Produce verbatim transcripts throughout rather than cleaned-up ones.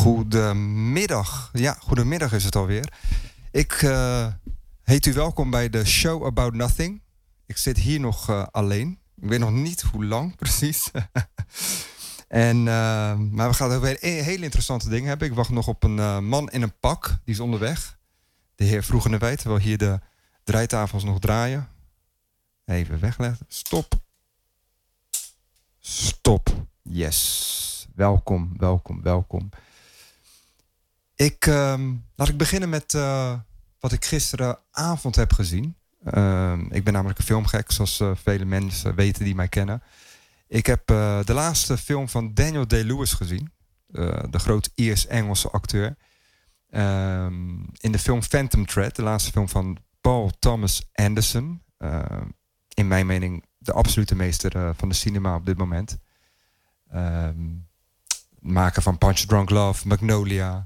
Goedemiddag. Ja, goedemiddag is het alweer. Ik uh, heet u welkom bij de Show About Nothing. Ik zit hier nog uh, alleen. Ik weet nog niet hoe lang precies. en, uh, maar we gaan over hele interessante dingen hebben. Ik wacht nog op een uh, man in een pak. Die is onderweg. De heer Vroegenewij, terwijl hier de draaitafels nog draaien. Even wegleggen. Stop. Stop. Yes. Welkom, welkom, welkom. Ik, uh, laat ik beginnen met uh, wat ik gisteravond heb gezien. Uh, ik ben namelijk een filmgek, zoals uh, vele mensen weten die mij kennen. Ik heb uh, de laatste film van Daniel Day-Lewis gezien. Uh, de grote Iers-Engelse acteur. Uh, in de film Phantom Thread, de laatste film van Paul Thomas Anderson. Uh, in mijn mening de absolute meester uh, van de cinema op dit moment. Uh, Maker van Punch Drunk Love, Magnolia,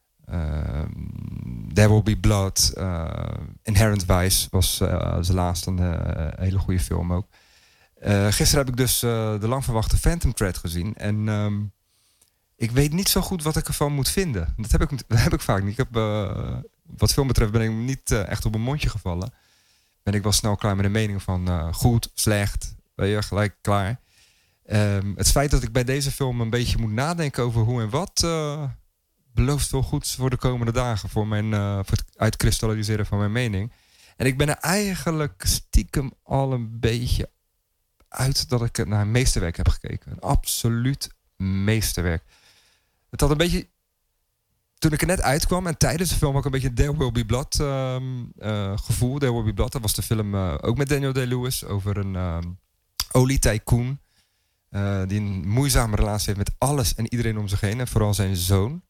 uh, There Will Be Blood, uh, Inherent Vice was uh, zijn laatste een uh, hele goede film ook. Uh, gisteren heb ik dus uh, de lang verwachte Phantom Thread gezien. En um, ik weet niet zo goed wat ik ervan moet vinden. Dat heb ik, dat heb ik vaak niet. Ik heb, uh, wat film betreft ben ik niet uh, echt op een mondje gevallen. Ben ik wel snel klaar met de mening van uh, goed, slecht, ben je gelijk klaar. Um, het feit dat ik bij deze film een beetje moet nadenken over hoe en wat uh, belooft wel goed voor de komende dagen. Voor, mijn, uh, voor het uitkristalliseren van mijn mening. En ik ben er eigenlijk stiekem al een beetje uit dat ik naar een meesterwerk heb gekeken. Een absoluut meesterwerk. Het had een beetje, toen ik er net uitkwam en tijdens de film ook een beetje There Will Be Blood um, uh, gevoel. There Will Be Blood, dat was de film uh, ook met Daniel Day-Lewis over een um, olietycoon. Uh, die een moeizame relatie heeft met alles en iedereen om zich heen. En vooral zijn zoon.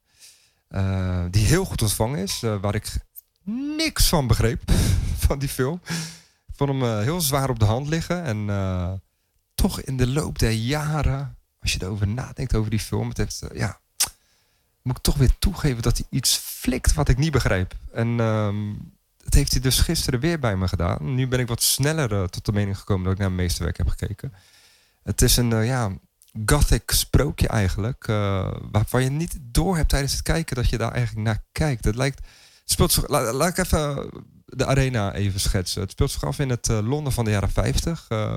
Uh, die heel goed ontvangen is. Uh, waar ik niks van begreep. Van die film. Ik vond hem uh, heel zwaar op de hand liggen. En uh, toch in de loop der jaren. Als je erover nadenkt over die film. Het heeft, uh, ja, moet ik toch weer toegeven dat hij iets flikt wat ik niet begrijp. En uh, dat heeft hij dus gisteren weer bij me gedaan. Nu ben ik wat sneller uh, tot de mening gekomen dat ik naar een meesterwerk heb gekeken. Het is een uh, ja, gothic sprookje eigenlijk. Uh, waarvan je niet door hebt tijdens het kijken dat je daar eigenlijk naar kijkt. Het lijkt. Het speelt zich, la, laat ik even de arena even schetsen. Het speelt zich af in het uh, Londen van de jaren vijftig. Uh,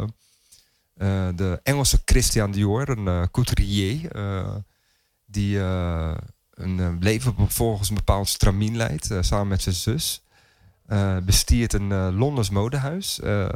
uh, de Engelse Christian Dior, een uh, couturier. Uh, die uh, een uh, leven volgens een bepaald stramien leidt. Uh, samen met zijn zus. Uh, bestiert een uh, Londens modehuis. Uh,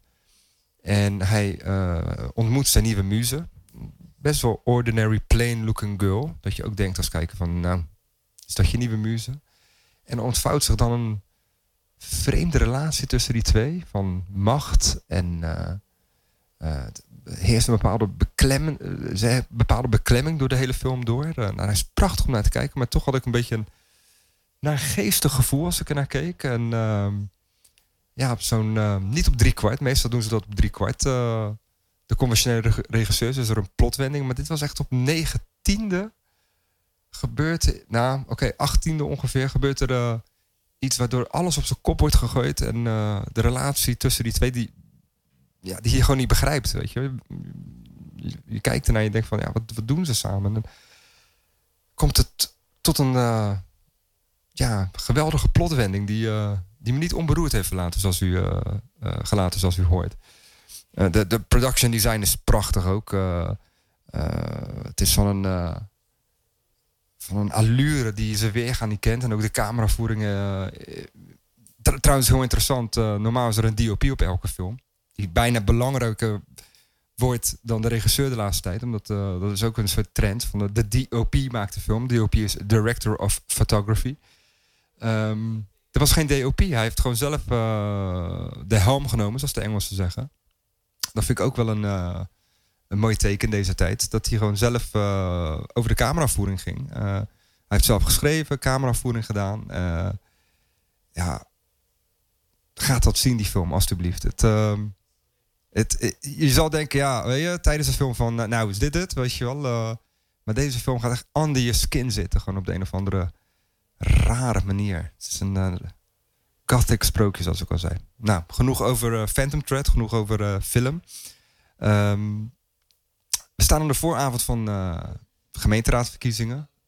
En hij uh, ontmoet zijn nieuwe muze. Best wel ordinary, plain looking girl. Dat je ook denkt als kijker van, nou, is dat je nieuwe muze? En er ontvouwt zich dan een vreemde relatie tussen die twee. Van macht en uh, uh, heerst een bepaalde beklemming, uh, zij heeft een bepaalde beklemming door de hele film door. Uh, nou, hij is prachtig om naar te kijken. Maar toch had ik een beetje een naargeestig gevoel als ik er naar keek. En Uh, Ja, op zo'n, uh, niet op drie kwart. Meestal doen ze dat op drie kwart. Uh, de conventionele regisseurs, is er een plotwending. Maar dit was echt op negentiende gebeurt, nou oké, okay, achttiende ongeveer, gebeurt er uh, iets waardoor alles op zijn kop wordt gegooid. En uh, de relatie tussen die twee, die, ja, die je gewoon niet begrijpt, weet je. Je, je kijkt ernaar en je denkt van, ja, wat, wat doen ze samen? En dan komt het tot een uh, ja, geweldige plotwending die Uh, die me niet onberoerd heeft gelaten zoals u, uh, uh, gelaten zoals u hoort. Uh, de, de production design is prachtig ook. Uh, uh, het is van een, uh, van een allure die ze weergaan niet kent. En ook de cameravoering. Uh, tr- trouwens heel interessant. Uh, normaal is er een D O P op elke film. Die bijna belangrijker wordt dan de regisseur de laatste tijd. Omdat uh, dat is ook een soort trend. Van de, de D O P maakt de film. D O P is Director of Photography. Um, Er was geen D O P. Hij heeft gewoon zelf uh, de helm genomen, zoals de Engelsen zeggen. Dat vind ik ook wel een, uh, een mooi teken deze tijd. Dat hij gewoon zelf uh, over de cameravoering ging. Uh, hij heeft zelf geschreven, cameravoering gedaan. Uh, ja, gaat dat zien, die film, alstublieft. Het, uh, het, het, je zal denken, ja, weet je, tijdens de film van, nou is dit het, weet je wel. Uh, maar deze film gaat echt under je skin zitten. Gewoon op de een of andere rare manier. Het is een uh, gothic sprookje, zoals ik al zei. Nou, genoeg over uh, Phantom Thread, genoeg over uh, film. Um, we staan aan de vooravond van uh, gemeenteraadsverkiezingen.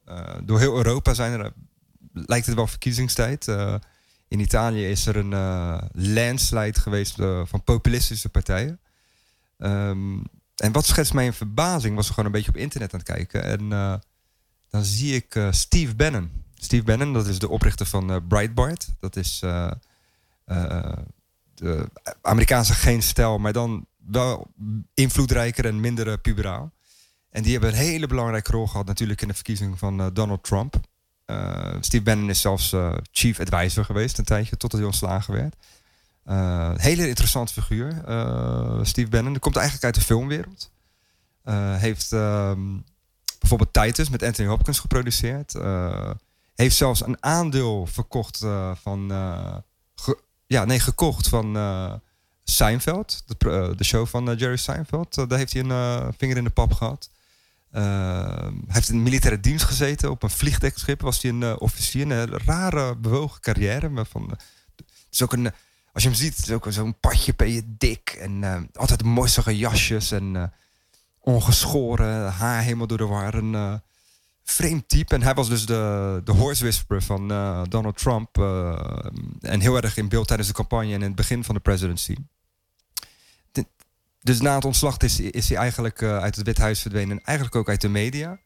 Uh, door heel Europa zijn er, lijkt het wel verkiezingstijd. Uh, in Italië is er een uh, landslide geweest uh, van populistische partijen. Um, en wat schetst mij een verbazing, was er gewoon een beetje op internet aan het kijken. En uh, dan zie ik uh, Steve Bannon. Steve Bannon, dat is de oprichter van uh, Breitbart. Dat is uh, uh, de Amerikaanse geen stijl, maar dan wel invloedrijker en minder uh, puberaal. En die hebben een hele belangrijke rol gehad natuurlijk in de verkiezing van uh, Donald Trump. Uh, Steve Bannon is zelfs uh, chief advisor geweest een tijdje, totdat hij ontslagen werd. Uh, hele interessante figuur, uh, Steve Bannon. Die komt eigenlijk uit de filmwereld. Uh, heeft uh, bijvoorbeeld Titus met Anthony Hopkins geproduceerd. Uh, heeft zelfs een aandeel verkocht uh, van... Uh, ge- ja, nee, gekocht van uh, Seinfeld. De, uh, de show van uh, Jerry Seinfeld. Uh, daar heeft hij een uh, vinger in de pap gehad. Uh, hij heeft in militaire dienst gezeten. Op een vliegdekschip was hij een uh, officier. Een rare, bewogen carrière. Maar van, uh, het is ook een... Als je hem ziet, is ook zo'n padje ben je dik. En uh, altijd de mooiste jasjes. En uh, ongeschoren. Haar helemaal door de war. Een uh, vreemd type. En hij was dus de, de horse whisperer van uh, Donald Trump. Uh, en heel erg in beeld tijdens de campagne. En in het begin van de presidency. De, dus na het ontslag is, is hij eigenlijk uh, uit het Witte Huis verdwenen. En eigenlijk ook uit de media.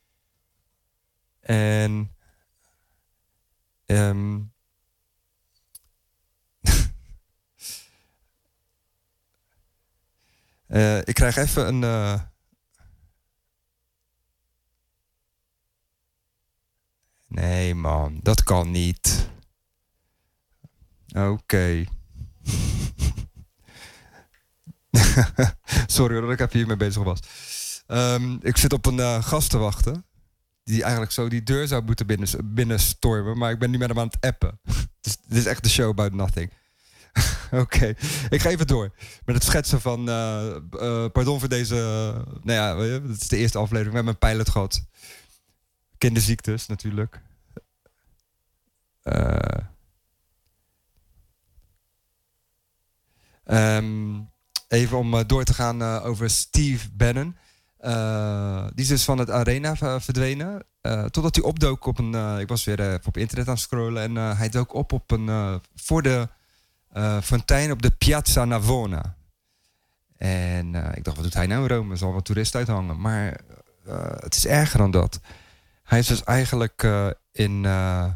En... Um, Uh, ik krijg even een... Uh... Nee man, dat kan niet. Oké. Okay. Sorry hoor, dat ik even hiermee bezig was. Um, ik zit op een uh, gast te wachten. Die eigenlijk zo die deur zou moeten binnen, binnenstormen. Maar ik ben nu met hem aan het appen. Dus dit is echt de show about nothing. Oké, okay. Ik ga even door met het schetsen van... Uh, uh, pardon voor deze... Uh, nou ja, het is de eerste aflevering. We hebben een pilot gehad. Kinderziektes natuurlijk. Uh, um, even om uh, door te gaan uh, over Steve Bannon. Uh, die is dus van het arena uh, verdwenen. Uh, totdat hij opdook op een... Uh, ik was weer uh, op internet aan het scrollen. En uh, hij dook op op een... Uh, voor de... Uh, fontein op de Piazza Navona. En uh, ik dacht, wat doet hij nou in Rome? Er zal wat toeristen uithangen. Maar uh, het is erger dan dat. Hij is dus eigenlijk uh, in... Uh...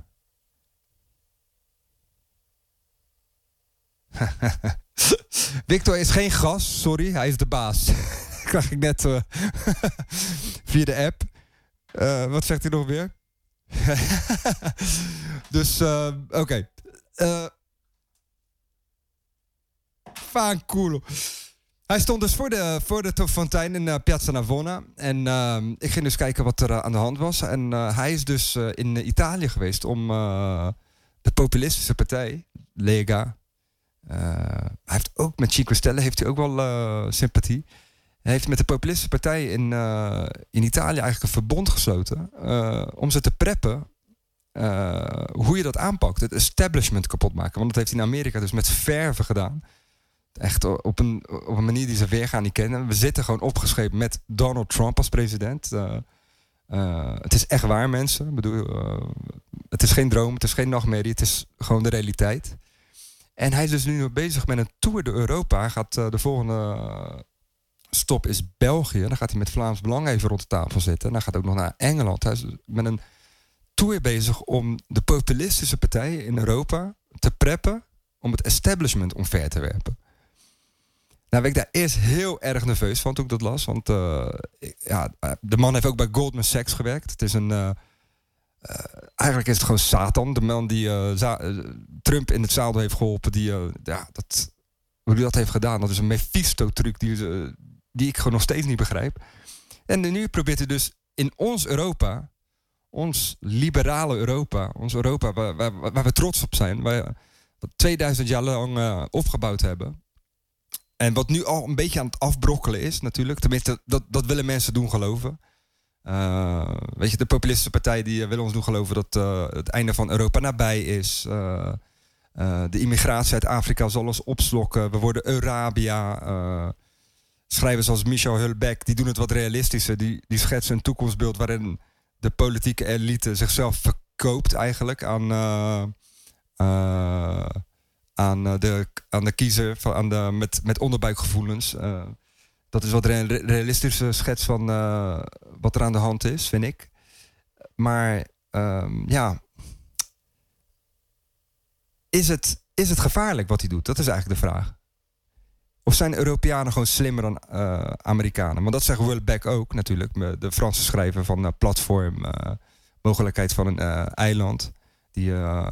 Victor is geen gast, sorry. Hij is de baas. Krijg ik net uh, via de app. Uh, wat zegt hij nog weer? Dus, uh, oké. Okay. Uh, Fanculo. Hij stond dus voor de, voor de fontein in uh, Piazza Navona. En uh, ik ging dus kijken wat er uh, aan de hand was. En uh, hij is dus uh, in uh, Italië geweest om uh, de populistische partij, Lega. Uh, hij heeft ook met Cinque Stelle heeft hij ook wel uh, sympathie. Hij heeft met de populistische partij in, uh, in Italië eigenlijk een verbond gesloten. Uh, om ze te preppen. Uh, hoe je dat aanpakt. Het establishment kapot maken. Want dat heeft hij in Amerika dus met verven gedaan. Echt op een, op een manier die ze weergaan niet kennen. We zitten gewoon opgeschreven met Donald Trump als president. Uh, uh, het is echt waar, mensen. Ik bedoel, uh, het is geen droom, het is geen nachtmerrie. Het is gewoon de realiteit. En hij is dus nu nog bezig met een tour door Europa. Hij gaat, uh, de volgende stop is België. Dan gaat hij met Vlaams Belang even rond de tafel zitten. En dan gaat hij ook nog naar Engeland. Hij is met een tour bezig om de populistische partijen in Europa te preppen om het establishment omver te werpen. Nou, werd ik daar eerst heel erg nerveus van toen ik dat las. Want uh, ja, de man heeft ook bij Goldman Sachs gewerkt. Het is een... Uh, uh, eigenlijk is het gewoon Satan. De man die uh, za- uh, Trump in het zadel heeft geholpen. Die, uh, ja, dat, hoe hij dat heeft gedaan. Dat is een Mephisto-truc die, uh, die ik gewoon nog steeds niet begrijp. En nu probeert hij dus in ons Europa... ons liberale Europa... ons Europa waar, waar, waar we trots op zijn... waar we tweeduizend jaar lang uh, opgebouwd hebben... En wat nu al een beetje aan het afbrokkelen is natuurlijk. Tenminste, dat, dat willen mensen doen geloven. Uh, weet je, de populistische partij die uh, willen ons doen geloven dat uh, het einde van Europa nabij is. Uh, uh, de immigratie uit Afrika zal ons opslokken. We worden Eurabia. Uh, schrijvers als Michel Houellebecq, die doen het wat realistischer. Die, die schetsen een toekomstbeeld waarin de politieke elite zichzelf verkoopt eigenlijk aan, uh, uh, aan, de, aan de kiezer, van, aan de, met, met onderbuikgevoelens. Uh, dat is wat een realistische schets van uh, wat er aan de hand is, vind ik. Maar um, ja, is het, is het gevaarlijk wat hij doet? Dat is eigenlijk de vraag. Of zijn Europeanen gewoon slimmer dan uh, Amerikanen? Want dat zegt Will Beck ook natuurlijk. De Franse schrijver van uh, Platform. Uh, mogelijkheid van een uh, eiland. Die, uh,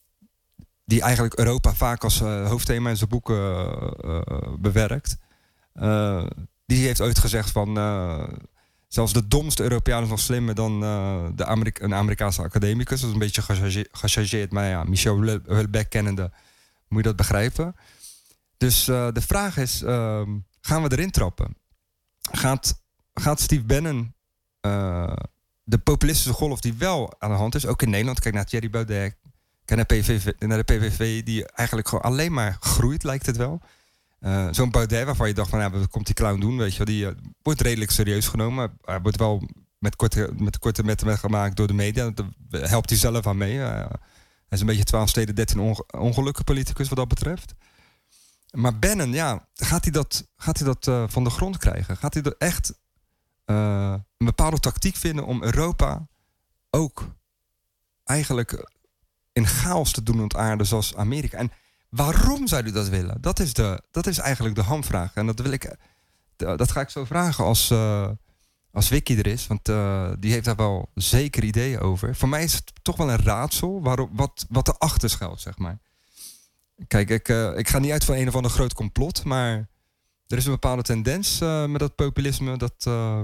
die eigenlijk Europa vaak als uh, hoofdthema in zijn boeken uh, uh, bewerkt. Uh, die heeft ooit gezegd van... Uh, zelfs de domste Europeanen is nog slimmer dan uh, de Amerika- een Amerikaanse academicus. Dat is een beetje gecharge- gechargeerd. Maar ja, Michel Will Beck kennende moet je dat begrijpen. Dus uh, de vraag is, uh, gaan we erin trappen? Gaat, gaat Steve Bannon uh, de populistische golf die wel aan de hand is, ook in Nederland, kijk naar Thierry Baudet, kijk naar, P V V, naar de P V V, die eigenlijk gewoon alleen maar groeit, lijkt het wel. Uh, zo'n Baudet waarvan je dacht van, ja, wat komt die clown doen, weet je wel, die uh, wordt redelijk serieus genomen. Hij wordt wel met korte, met korte metten gemaakt door de media. Daar helpt hij zelf aan mee. Uh, hij is een beetje twaalf steden, dertien ongelukken politicus wat dat betreft. Maar Bannon, ja, gaat hij dat, gaat hij dat uh, van de grond krijgen? Gaat hij er echt uh, een bepaalde tactiek vinden om Europa ook eigenlijk in chaos te doen ontaarden zoals Amerika? En waarom zou hij dat willen? Dat is, de, dat is eigenlijk de hamvraag. En dat wil ik, dat ga ik zo vragen als, uh, als Vicky er is. Want uh, die heeft daar wel zeker ideeën over. Voor mij is het toch wel een raadsel waarom, wat, wat erachter schuilt, zeg maar. Kijk, ik, uh, ik ga niet uit van een of ander groot complot, maar er is een bepaalde tendens uh, met dat populisme. Dat, uh,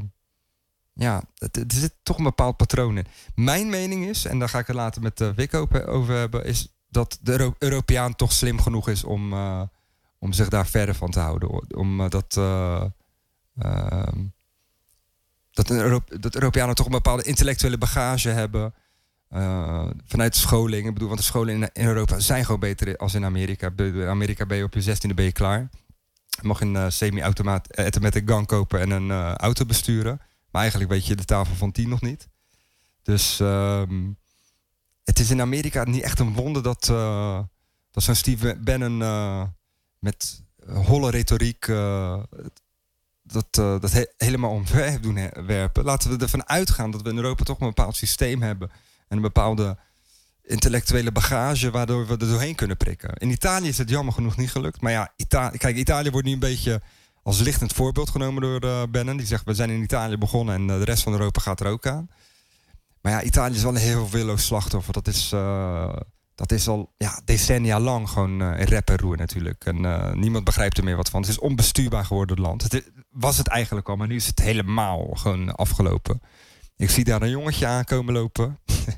ja, het, er zit toch een bepaald patroon in. Mijn mening is, en daar ga ik het later met uh, Vic over hebben, is dat de Euro- Europeaan toch slim genoeg is om, uh, om zich daar verder van te houden. Om uh, dat, uh, uh, dat, een Euro- dat Europeanen toch een bepaalde intellectuele bagage hebben. Uh, vanuit de scholing. Ik bedoel, want de scholen in, in Europa zijn gewoon beter als in Amerika. In Amerika ben je op je zestiende ben je klaar. Je mag een uh, semi-automatic gun kopen en een uh, auto besturen. Maar eigenlijk weet je de tafel van tien nog niet. Dus um, het is in Amerika niet echt een wonder dat, uh, dat zo'n Steve Bannon uh, met holle retoriek uh, dat, uh, dat he- helemaal omver heeft doen he- werpen. Laten we ervan uitgaan dat we in Europa toch een bepaald systeem hebben. En een bepaalde intellectuele bagage waardoor we er doorheen kunnen prikken. In Italië is het jammer genoeg niet gelukt. Maar ja, Ita- kijk, Italië wordt nu een beetje als lichtend voorbeeld genomen door uh, Bannon. Die zegt, we zijn in Italië begonnen en uh, de rest van Europa gaat er ook aan. Maar ja, Italië is wel een heel willoos slachtoffer. Dat is, uh, dat is al ja, decennia lang gewoon uh, in rep en roer natuurlijk. En uh, niemand begrijpt er meer wat van. Het is onbestuurbaar geworden, het land. Het is, was het eigenlijk al, maar nu is het helemaal gewoon afgelopen. Ik zie daar een jongetje aankomen lopen.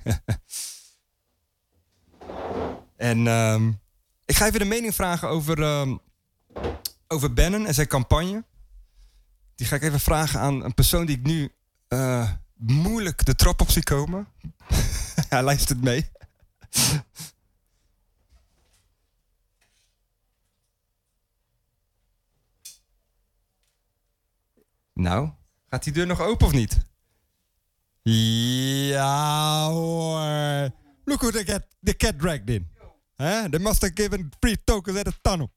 en um, ik ga even de mening vragen over, um, over Bannon en zijn campagne. Die ga ik even vragen aan een persoon die ik nu uh, moeilijk de trap op zie komen. Hij luistert mee. Nou, gaat die deur nog open of niet? Ja hoor. Look who they get the cat dragged in. Huh? They must have given free tokens at the tunnel.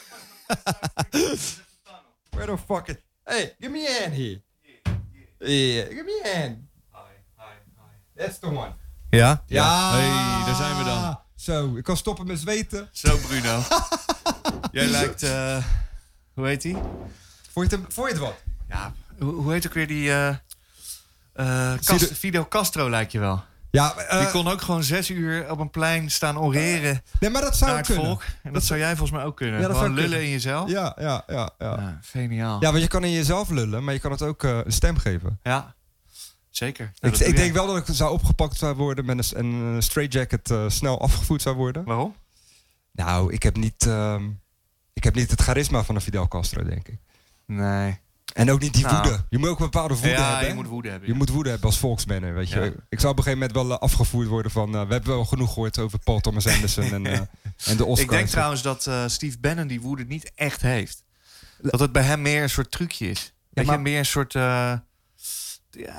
Where the fuck is... Hey, give me a hand here. Yeah, give me a hand. Hi, hi, hi. That's the one. Ja? Ja. Hey, daar zijn we dan. Zo, ik kan stoppen met zweten. Zo, Bruno. Jij lijkt... Uh, hoe heet die? Vond je het, vond je het wat? Ja, hoe, hoe heet ook weer die... Uh, uh, Cast- Fidel Castro lijkt je wel. Ja, uh, die kon ook gewoon zes uur op een plein staan oreren nee, maar dat zou naar het kunnen. volk. En dat, dat zou jij volgens mij ook kunnen. Ja, dat gewoon zou lullen kunnen. in jezelf. Ja, ja, ja. Ja, ja geniaal. Ja, want je kan in jezelf lullen, maar je kan het ook uh, een stem geven. Ja, zeker. Ja, ik ik denk wel dat ik zou opgepakt zou worden met een, een straitjacket uh, snel afgevoerd zou worden. Waarom? Nou, ik heb niet, uh, ik heb niet het charisma van een Fidel Castro, denk ik. Nee. En ook niet die nou. woede. Je moet ook een bepaalde woede ja, hebben. je moet woede hebben. Je ja. moet woede hebben als volksmanner, weet je. Ja. Ik zou op een gegeven moment wel uh, afgevoerd worden van... Uh, we hebben wel genoeg gehoord over Paul Thomas Anderson en, uh, en de Oscars. Ik denk trouwens dat uh, Steve Bannon die woede niet echt heeft. Dat het bij hem meer een soort trucje is. Ja, Weet maar... je, meer een soort... Uh, ja,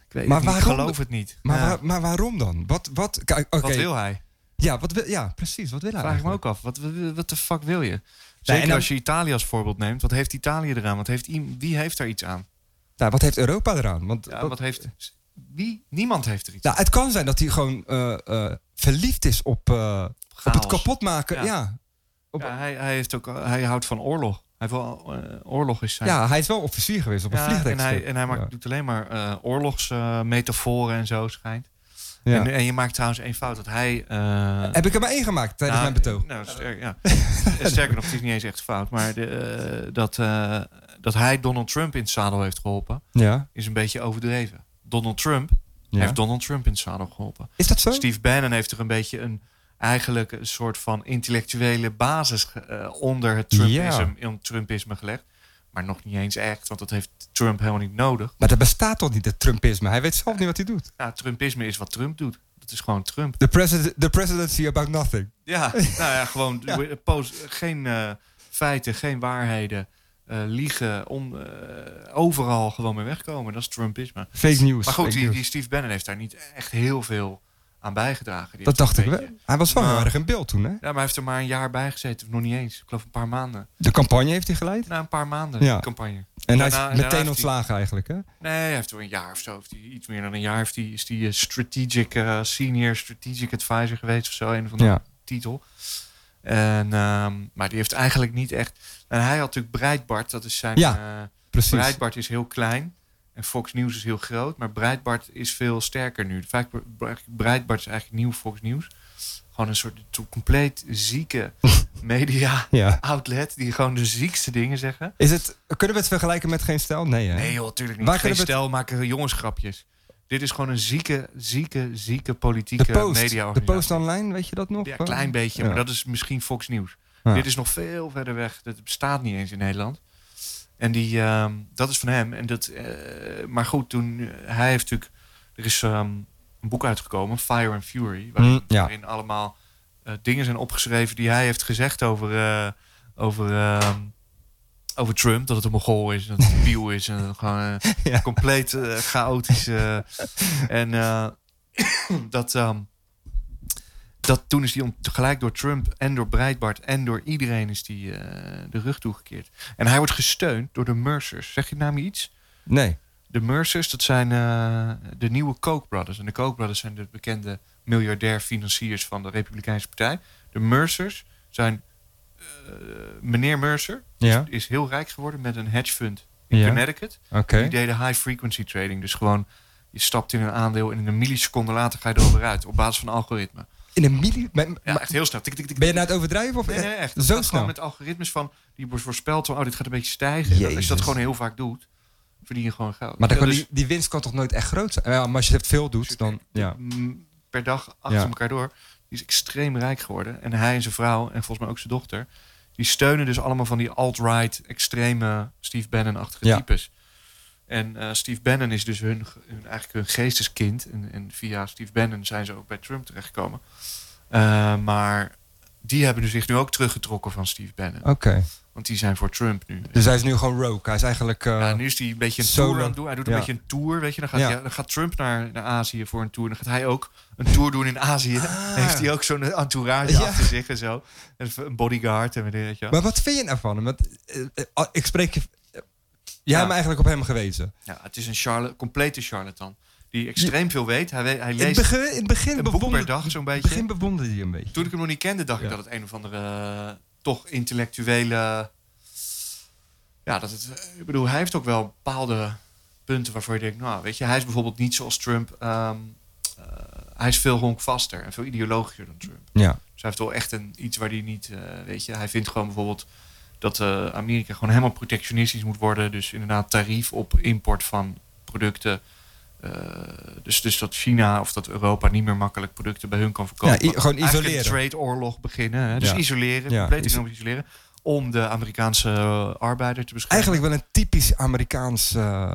Ik weet maar het niet, ik waarom? geloof het niet. Maar, Ja. waar, maar waarom dan? Wat, wat, kijk, okay. Wat wil hij? Ja, wat wil, ja, precies. Wat wil hij Vraag ik me eigenlijk? ook af. Wat, wat, wat de fuck wil je? Zeker en dan- als je Italië als voorbeeld neemt. Wat heeft Italië eraan? Wat heeft, i- wie heeft daar iets aan? Nou, wat heeft Europa eraan? Want, Ja, wat- wat heeft... Wie? Niemand heeft er iets nou, het kan zijn dat hij gewoon uh, uh, verliefd is op, uh, op het kapotmaken. Ja. Ja. Op, Ja, hij, hij, heeft ook, hij houdt van oorlog. Hij wil, uh, oorlog is zijn. ja, hij is wel officier geweest op een Ja, vliegtuig. En hij, en hij maakt, ja. doet alleen maar uh, oorlogsmetaforen uh, en zo schijnt. Ja. En, en je maakt trouwens één fout. Dat hij... Uh, Heb ik er maar één gemaakt tijdens nou, mijn betoog? Nou, sterk, ja. Sterker nog, het is niet eens echt fout. Maar de, uh, dat, uh, dat hij Donald Trump in het zadel heeft geholpen... Ja. is een beetje overdreven. Donald Trump ja. heeft Donald Trump in het zadel geholpen. Is dat zo? Steve Bannon heeft er een beetje een... eigenlijk een soort van intellectuele basis uh, onder het Trumpisme, ja. in Trumpisme gelegd. Maar nog niet eens echt, want dat heeft Trump helemaal niet nodig. Maar dat bestaat toch niet, het Trumpisme? Hij weet zelf niet wat hij doet. Ja, Trumpisme is wat Trump doet. Dat is gewoon Trump. The, president, the presidency about nothing. Ja, nou ja, gewoon ja. Post, geen uh, feiten, geen waarheden. Uh, liegen, on, uh, overal gewoon mee wegkomen. Dat is Trumpisme. Fake news. Maar goed, die, news. die Steve Bannon heeft daar niet echt heel veel aan bijgedragen. Die dat dacht ik beetje... wel. Hij was wel nou, heel erg in beeld toen, hè? Ja, maar hij heeft er maar een jaar bij gezeten. Of nog niet eens. Ik geloof een paar maanden. De campagne heeft hij geleid? Nou, een paar maanden, ja. de campagne. En daarna, hij is meteen ontslagen hij... eigenlijk, hè? Nee, hij heeft er een jaar of zo. Heeft hij, iets meer dan een jaar heeft hij, is hij strategic, uh, senior strategic advisor geweest of zo. Een van de ja. titel. En, um, maar die heeft eigenlijk niet echt... En hij had natuurlijk Breitbart. Dat is zijn... Ja, uh, precies. Breitbart is heel klein. En Fox News is heel groot. Maar Breitbart is veel sterker nu. Breitbart is eigenlijk nieuw Fox News. Gewoon een soort compleet zieke media ja. outlet. Die gewoon de ziekste dingen zeggen. Is het, kunnen we het vergelijken met Geen Stijl? Nee, hè? Nee joh, natuurlijk niet. Waar Geen Stijl het... maken jongensgrapjes. Dit is gewoon een zieke, zieke, zieke politieke media-organisatie. De Post Online, weet je dat nog? Ja, een klein beetje. Ja. Maar dat is misschien Fox News. Ja. Dit is nog veel verder weg. Dat bestaat niet eens in Nederland. En die, um, dat is van hem. En dat, uh, maar goed, toen uh, hij heeft natuurlijk... Er is um, een boek uitgekomen, Fire and Fury. Waarin, mm, ja. waarin allemaal uh, dingen zijn opgeschreven die hij heeft gezegd over, uh, over, uh, over Trump. Dat het een Mongool is, dat het een biel is. En gewoon uh, ja. compleet uh, chaotisch. Uh, en uh, dat... Um, Dat, toen is hij tegelijk door Trump en door Breitbart en door iedereen is die uh, de rug toegekeerd. En hij wordt gesteund door de Mercers. Zeg je het naam iets? Nee. De Mercers, dat zijn uh, de nieuwe Koch brothers. En de Koch brothers zijn de bekende miljardair financiers van de Republikeinse Partij. De Mercers zijn... Uh, meneer Mercer ja. is, is heel rijk geworden met een hedge fund in ja. Connecticut. Okay. Die deden high frequency trading. Dus gewoon, je stapt in een aandeel en in een milliseconde later ga je erover uit. Op basis van algoritme. In een milli... Maar, ja, echt heel snel. Tik, tik, tik, ben je nou het overdrijven? Of nee, nee, echt. Dat zo gaat snel? Gewoon met algoritmes van... Die wordt voorspeld van... Oh, dit gaat een beetje stijgen. En als je dat gewoon heel vaak doet... Verdien je gewoon geld. Maar dan ja, kan dus, die, die winst kan toch nooit echt groot zijn? Ja, maar als je het veel doet, dan... Ja. Per dag achter ja. elkaar door. Die is extreem rijk geworden. En hij en zijn vrouw... En volgens mij ook zijn dochter... Die steunen dus allemaal van die alt-right... Extreme Steve Bannon-achtige ja. types. En uh, Steve Bannon is dus hun, hun, eigenlijk hun geesteskind. En, en via Steve Bannon zijn ze ook bij Trump terechtgekomen. Uh, maar die hebben dus zich nu ook teruggetrokken van Steve Bannon. Oké. Okay. Want die zijn voor Trump nu. Dus hij is nu gewoon rogue. Hij is eigenlijk... Uh, ja, nu is hij een beetje een tour aan het doen. Hij doet een ja. beetje een tour, weet je. Dan gaat, ja. hij, dan gaat Trump naar, naar Azië voor een tour. Dan gaat hij ook een tour doen in Azië. Ah. Dan heeft hij ook zo'n entourage ja. achter zich en zo. Een bodyguard en weet je. Maar wat vind je nou van hem? Want, uh, uh, ik spreek je... Uh, jij ja. hebt me eigenlijk op hem gewezen. Ja, het is een charla- complete charlatan. Die extreem veel weet. Hij, weet, hij leest in het begin, in het begin een boek per dag zo'n beetje. In het begin bewonderde hij een beetje. Toen ik hem nog niet kende, dacht ja. ik dat het een of andere... Uh, toch intellectuele... Ja, dat het... Ik bedoel, hij heeft ook wel bepaalde punten waarvoor je denkt... Nou, weet je, hij is bijvoorbeeld niet zoals Trump... Um, uh, hij is veel honkvaster en veel ideologischer dan Trump. Ja. Dus hij heeft wel echt een, iets waar hij niet... Uh, weet je, hij vindt gewoon bijvoorbeeld... dat uh, Amerika gewoon helemaal protectionistisch moet worden. Dus inderdaad tarief op import van producten... Uh, dus, dus dat China of dat Europa niet meer makkelijk producten bij hun kan verkopen. Ja, i- gewoon isoleren. Een trade-oorlog beginnen. Hè? Dus ja. isoleren, ja. compleet economisch isoleren. Om de Amerikaanse uh, arbeider te beschermen. Eigenlijk wel een typisch Amerikaans uh,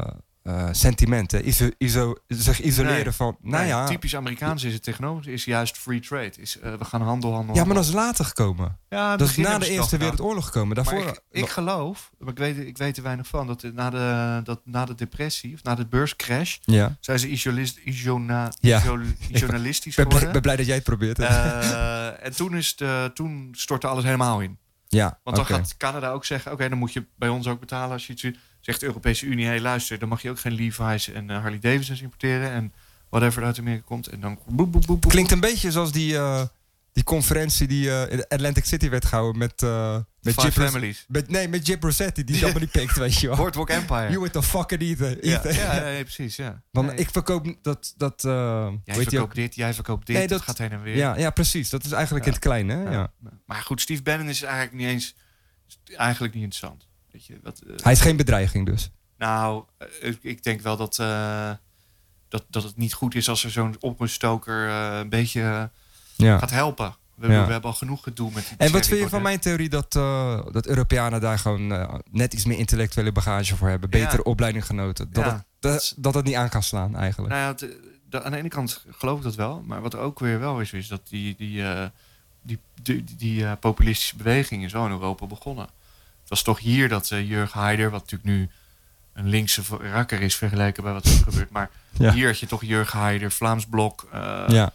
uh, sentimenten. Iso, iso, zich isoleren nee, van... Nou nee, ja, typisch Amerikaans is het tegenover. Is juist free trade. Is, uh, we gaan handel, handel, Ja, maar dat is later gekomen. Ja, dat is na de Eerste Wereldoorlog gekomen. Daarvoor, maar ik, ik geloof, maar ik weet, ik weet er weinig van... dat na de, dat na de depressie, of na de beurscrash... Ja. zijn ze isolist, isiona, ja. isolalistisch ik ben, geworden. Ik ben blij dat jij het probeert. Uh, en toen, is de, toen stortte alles helemaal in. Ja, Want dan okay. gaat Canada ook zeggen... oké, okay, dan moet je bij ons ook betalen als je iets... zegt de Europese Unie, hé hey, luister... dan mag je ook geen Levi's en uh, Harley Davidsons importeren... en whatever uit Amerika komt. En dan... Boep, boep, boep, boep. Klinkt een beetje zoals die, uh, die conferentie... die uh, in Atlantic City werd gehouden met... Uh, met Five Jip Families. Met, nee, met Jip Rossetti, die allemaal niet pikt, weet je wel. Boardwalk Empire. You with the fucking eater. Ja, ja, ja, ja, precies, ja. Want nee. ik verkoop dat... dat uh, jij verkoopt ook? dit, jij verkoopt dit, nee, dat, dat gaat heen en weer. Ja, ja, precies. Dat is eigenlijk ja. in het klein, hè? Ja. Ja. Maar goed, Steve Bannon is eigenlijk niet eens... eigenlijk niet interessant. Weet je, wat, uh, Hij is geen bedreiging dus. Nou, uh, ik denk wel dat, uh, dat, dat het niet goed is... als er zo'n oprustoker uh, een beetje uh, ja. gaat helpen. We, ja. we hebben al genoeg gedoe met die En wat vind je van mijn theorie dat, uh, dat Europeanen daar gewoon uh, net iets meer intellectuele bagage voor hebben? Betere ja. opleidinggenoten. Dat, ja. het, dat, dat het niet aan kan slaan eigenlijk. Nou ja, het, de, aan de ene kant geloof ik dat wel. Maar wat er ook weer wel is, is dat die, die, uh, die, die, die, die uh, populistische beweging is wel in Europa begonnen. Het was toch hier dat uh, Jörg Haider, wat natuurlijk nu een linkse rakker is vergeleken bij wat er gebeurt. Maar ja. hier had je toch Jörg Haider, Vlaams Blok... Uh, ja.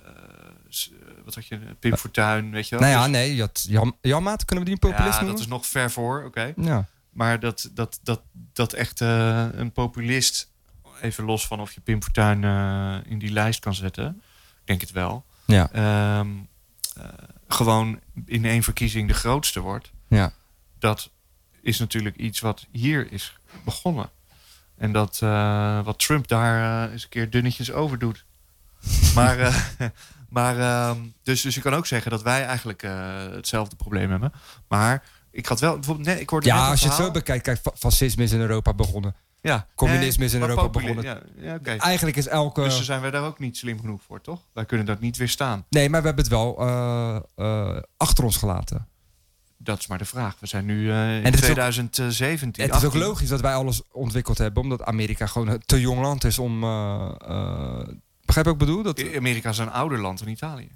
Wat had je? Pim Fortuyn, weet je wel? Nou ja, dus, nee. Je had Jan, Janmaat, kunnen we die een populist ja, noemen? dat is nog ver voor, oké. Okay. Ja. Maar dat, dat, dat, dat echt uh, een populist... even los van of je Pim Fortuyn uh, in die lijst kan zetten... ik denk het wel... Ja. Um, uh, gewoon in één verkiezing de grootste wordt... Ja. dat is natuurlijk iets wat hier is begonnen. En dat uh, wat Trump daar uh, eens een keer dunnetjes over doet. maar... Uh, Maar, uh, dus, dus je kan ook zeggen dat wij eigenlijk uh, hetzelfde probleem hebben. Maar ik had wel... bijvoorbeeld nee, ik hoorde ja, net als je verhaal. het zo bekijkt... Kijk, fascisme is in Europa begonnen. Ja, communisme nee, is in Europa populi- begonnen. Ja, ja, okay. Eigenlijk is elke... Dus zijn wij daar ook niet slim genoeg voor, toch? Wij kunnen dat niet weerstaan. Nee, maar we hebben het wel uh, uh, achter ons gelaten. Dat is maar de vraag. We zijn nu uh, in en twintig zeventien. Het achttien. Is ook logisch dat wij alles ontwikkeld hebben... omdat Amerika gewoon een te jong land is om... Uh, uh, begrijp je wat ik bedoel? Dat... Amerika is een ouder land dan Italië.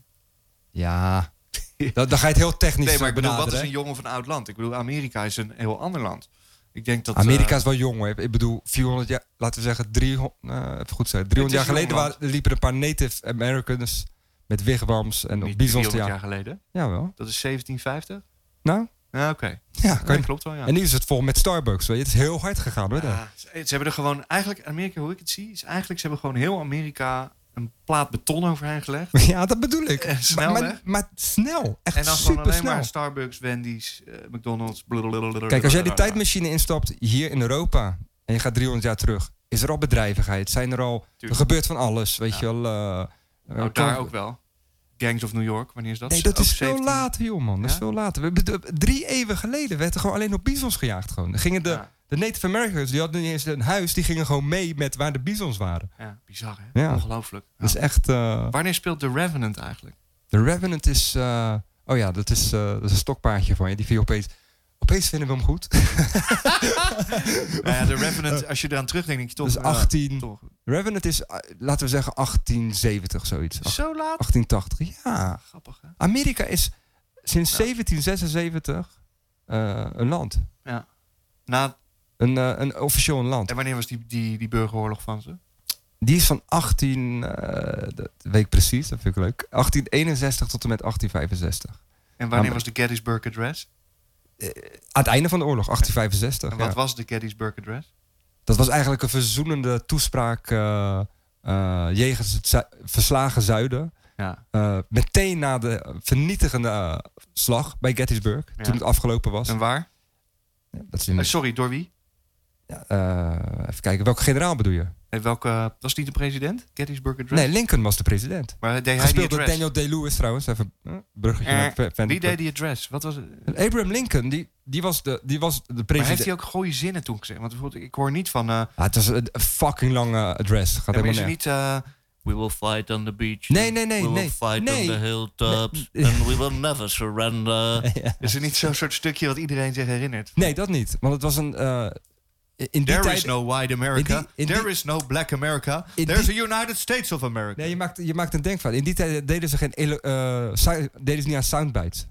Ja, dan, dan ga je het heel technisch nee, maar ik bedoel, benaderen. wat is een jong of een oud land? Ik bedoel, Amerika is een heel ander land. Ik denk dat, Amerika uh, is wel jong, hoor. Ik bedoel, vierhonderd jaar, laten we zeggen, driehonderd, uh, even goed zeggen, driehonderd jaar geleden waren, liepen er een paar Native Americans met wigwams en niet bizons. driehonderd jaar geleden? Jawel. Dat is zeventien vijftig? Nou? Ja, oké. Okay. Ja, nee, klopt wel, ja. En nu is het vol met Starbucks, weet je. Het is heel hard gegaan, hoor. Ja, ze hebben er gewoon, eigenlijk, Amerika, hoe ik het zie, is eigenlijk, ze hebben gewoon heel Amerika een plaat beton overheen gelegd. Ja, dat bedoel ik. En snel maar, maar, maar snel. Echt en dan super gewoon alleen snel. Maar Starbucks, Wendy's, uh, McDonald's. Blablabla. Kijk, als jij die tijdmachine instapt hier in Europa en je gaat driehonderd jaar terug, is er al bedrijvigheid. Zijn er al... Tuurlijk. Er gebeurt van alles, weet ja. je wel. Uh, nou, daar ook wel. Gangs of New York, wanneer is dat? Nee, dat ook is veel zeventien later, joh, man. Dat ja? is veel later. We, de, drie eeuwen geleden werd er gewoon alleen op bizons gejaagd. Gewoon. Dan gingen de, ja. de Native Americans, die hadden niet eens een huis, die gingen gewoon mee met waar de bizons waren. Ja, bizar, hè? Ja. Ongelooflijk. Ja. Dat is echt... Uh, Wanneer speelt The Revenant eigenlijk? The Revenant is... Uh, oh ja, dat is, uh, dat is een stokpaardje van je. Die vind je opeens... Opeens vinden we hem goed. nou ja, The Revenant, als je eraan terugdenkt, denk je toch... Dus achttien... Uh, toch. Revenant is, uh, laten we zeggen, achttien zeventig, zoiets. Zo laat? achttien tachtig, ja. Grappig, hè? Amerika is sinds ja. zeventien zesenzeventig uh, een land. Ja. Na... Een, uh, een officieel een land. En wanneer was die, die, die burgeroorlog van ze? Die is van achttien... Uh, dat weet ik precies, dat vind ik leuk. achttien eenenzestig tot en met achttien vijfenzestig. En wanneer Am- was de Gettysburg Address? Uh, aan het einde van de oorlog, achttien vijfenzestig. En wat ja. was de Gettysburg Address? Dat was eigenlijk een verzoenende toespraak uh, uh, jegens het zu- verslagen zuiden. Ja. Uh, meteen na de vernietigende uh, slag bij Gettysburg, ja. toen het afgelopen was. En waar? Ja, dat is in... uh, sorry, door wie? Ja, uh, even kijken, welke generaal bedoel je? En welke, was niet de president? Gettysburg Address? Nee, Lincoln was de president. Maar deed Gespeeld hij die door address? Daniel Day-Lewis trouwens. Even een uh, bruggetje. Uh, naar Fan- wie deed die address? Wat was het? Abraham Lincoln, die, die, was de, die was de president. Maar heeft hij ook goede zinnen toen gezegd? Want bijvoorbeeld, ik hoor niet van... Uh, ah, het was een fucking lange address. Gaat ja, helemaal is er neer. niet... Uh, we will fight on the beach. Nee, nee, nee. We will nee, fight nee, on the hilltops. Nee. And we will never surrender. Ja. Is er niet zo'n soort stukje wat iedereen zich herinnert? Nee, dat niet. Want het was een... Uh, in die There tijd, is no white America. in die, in There die, is no black America. in There's die, a United States of America. Nee, je maakt, je maakt een denkfout. In die tijd deden ze geen uh, sound, deden ze niet aan soundbites.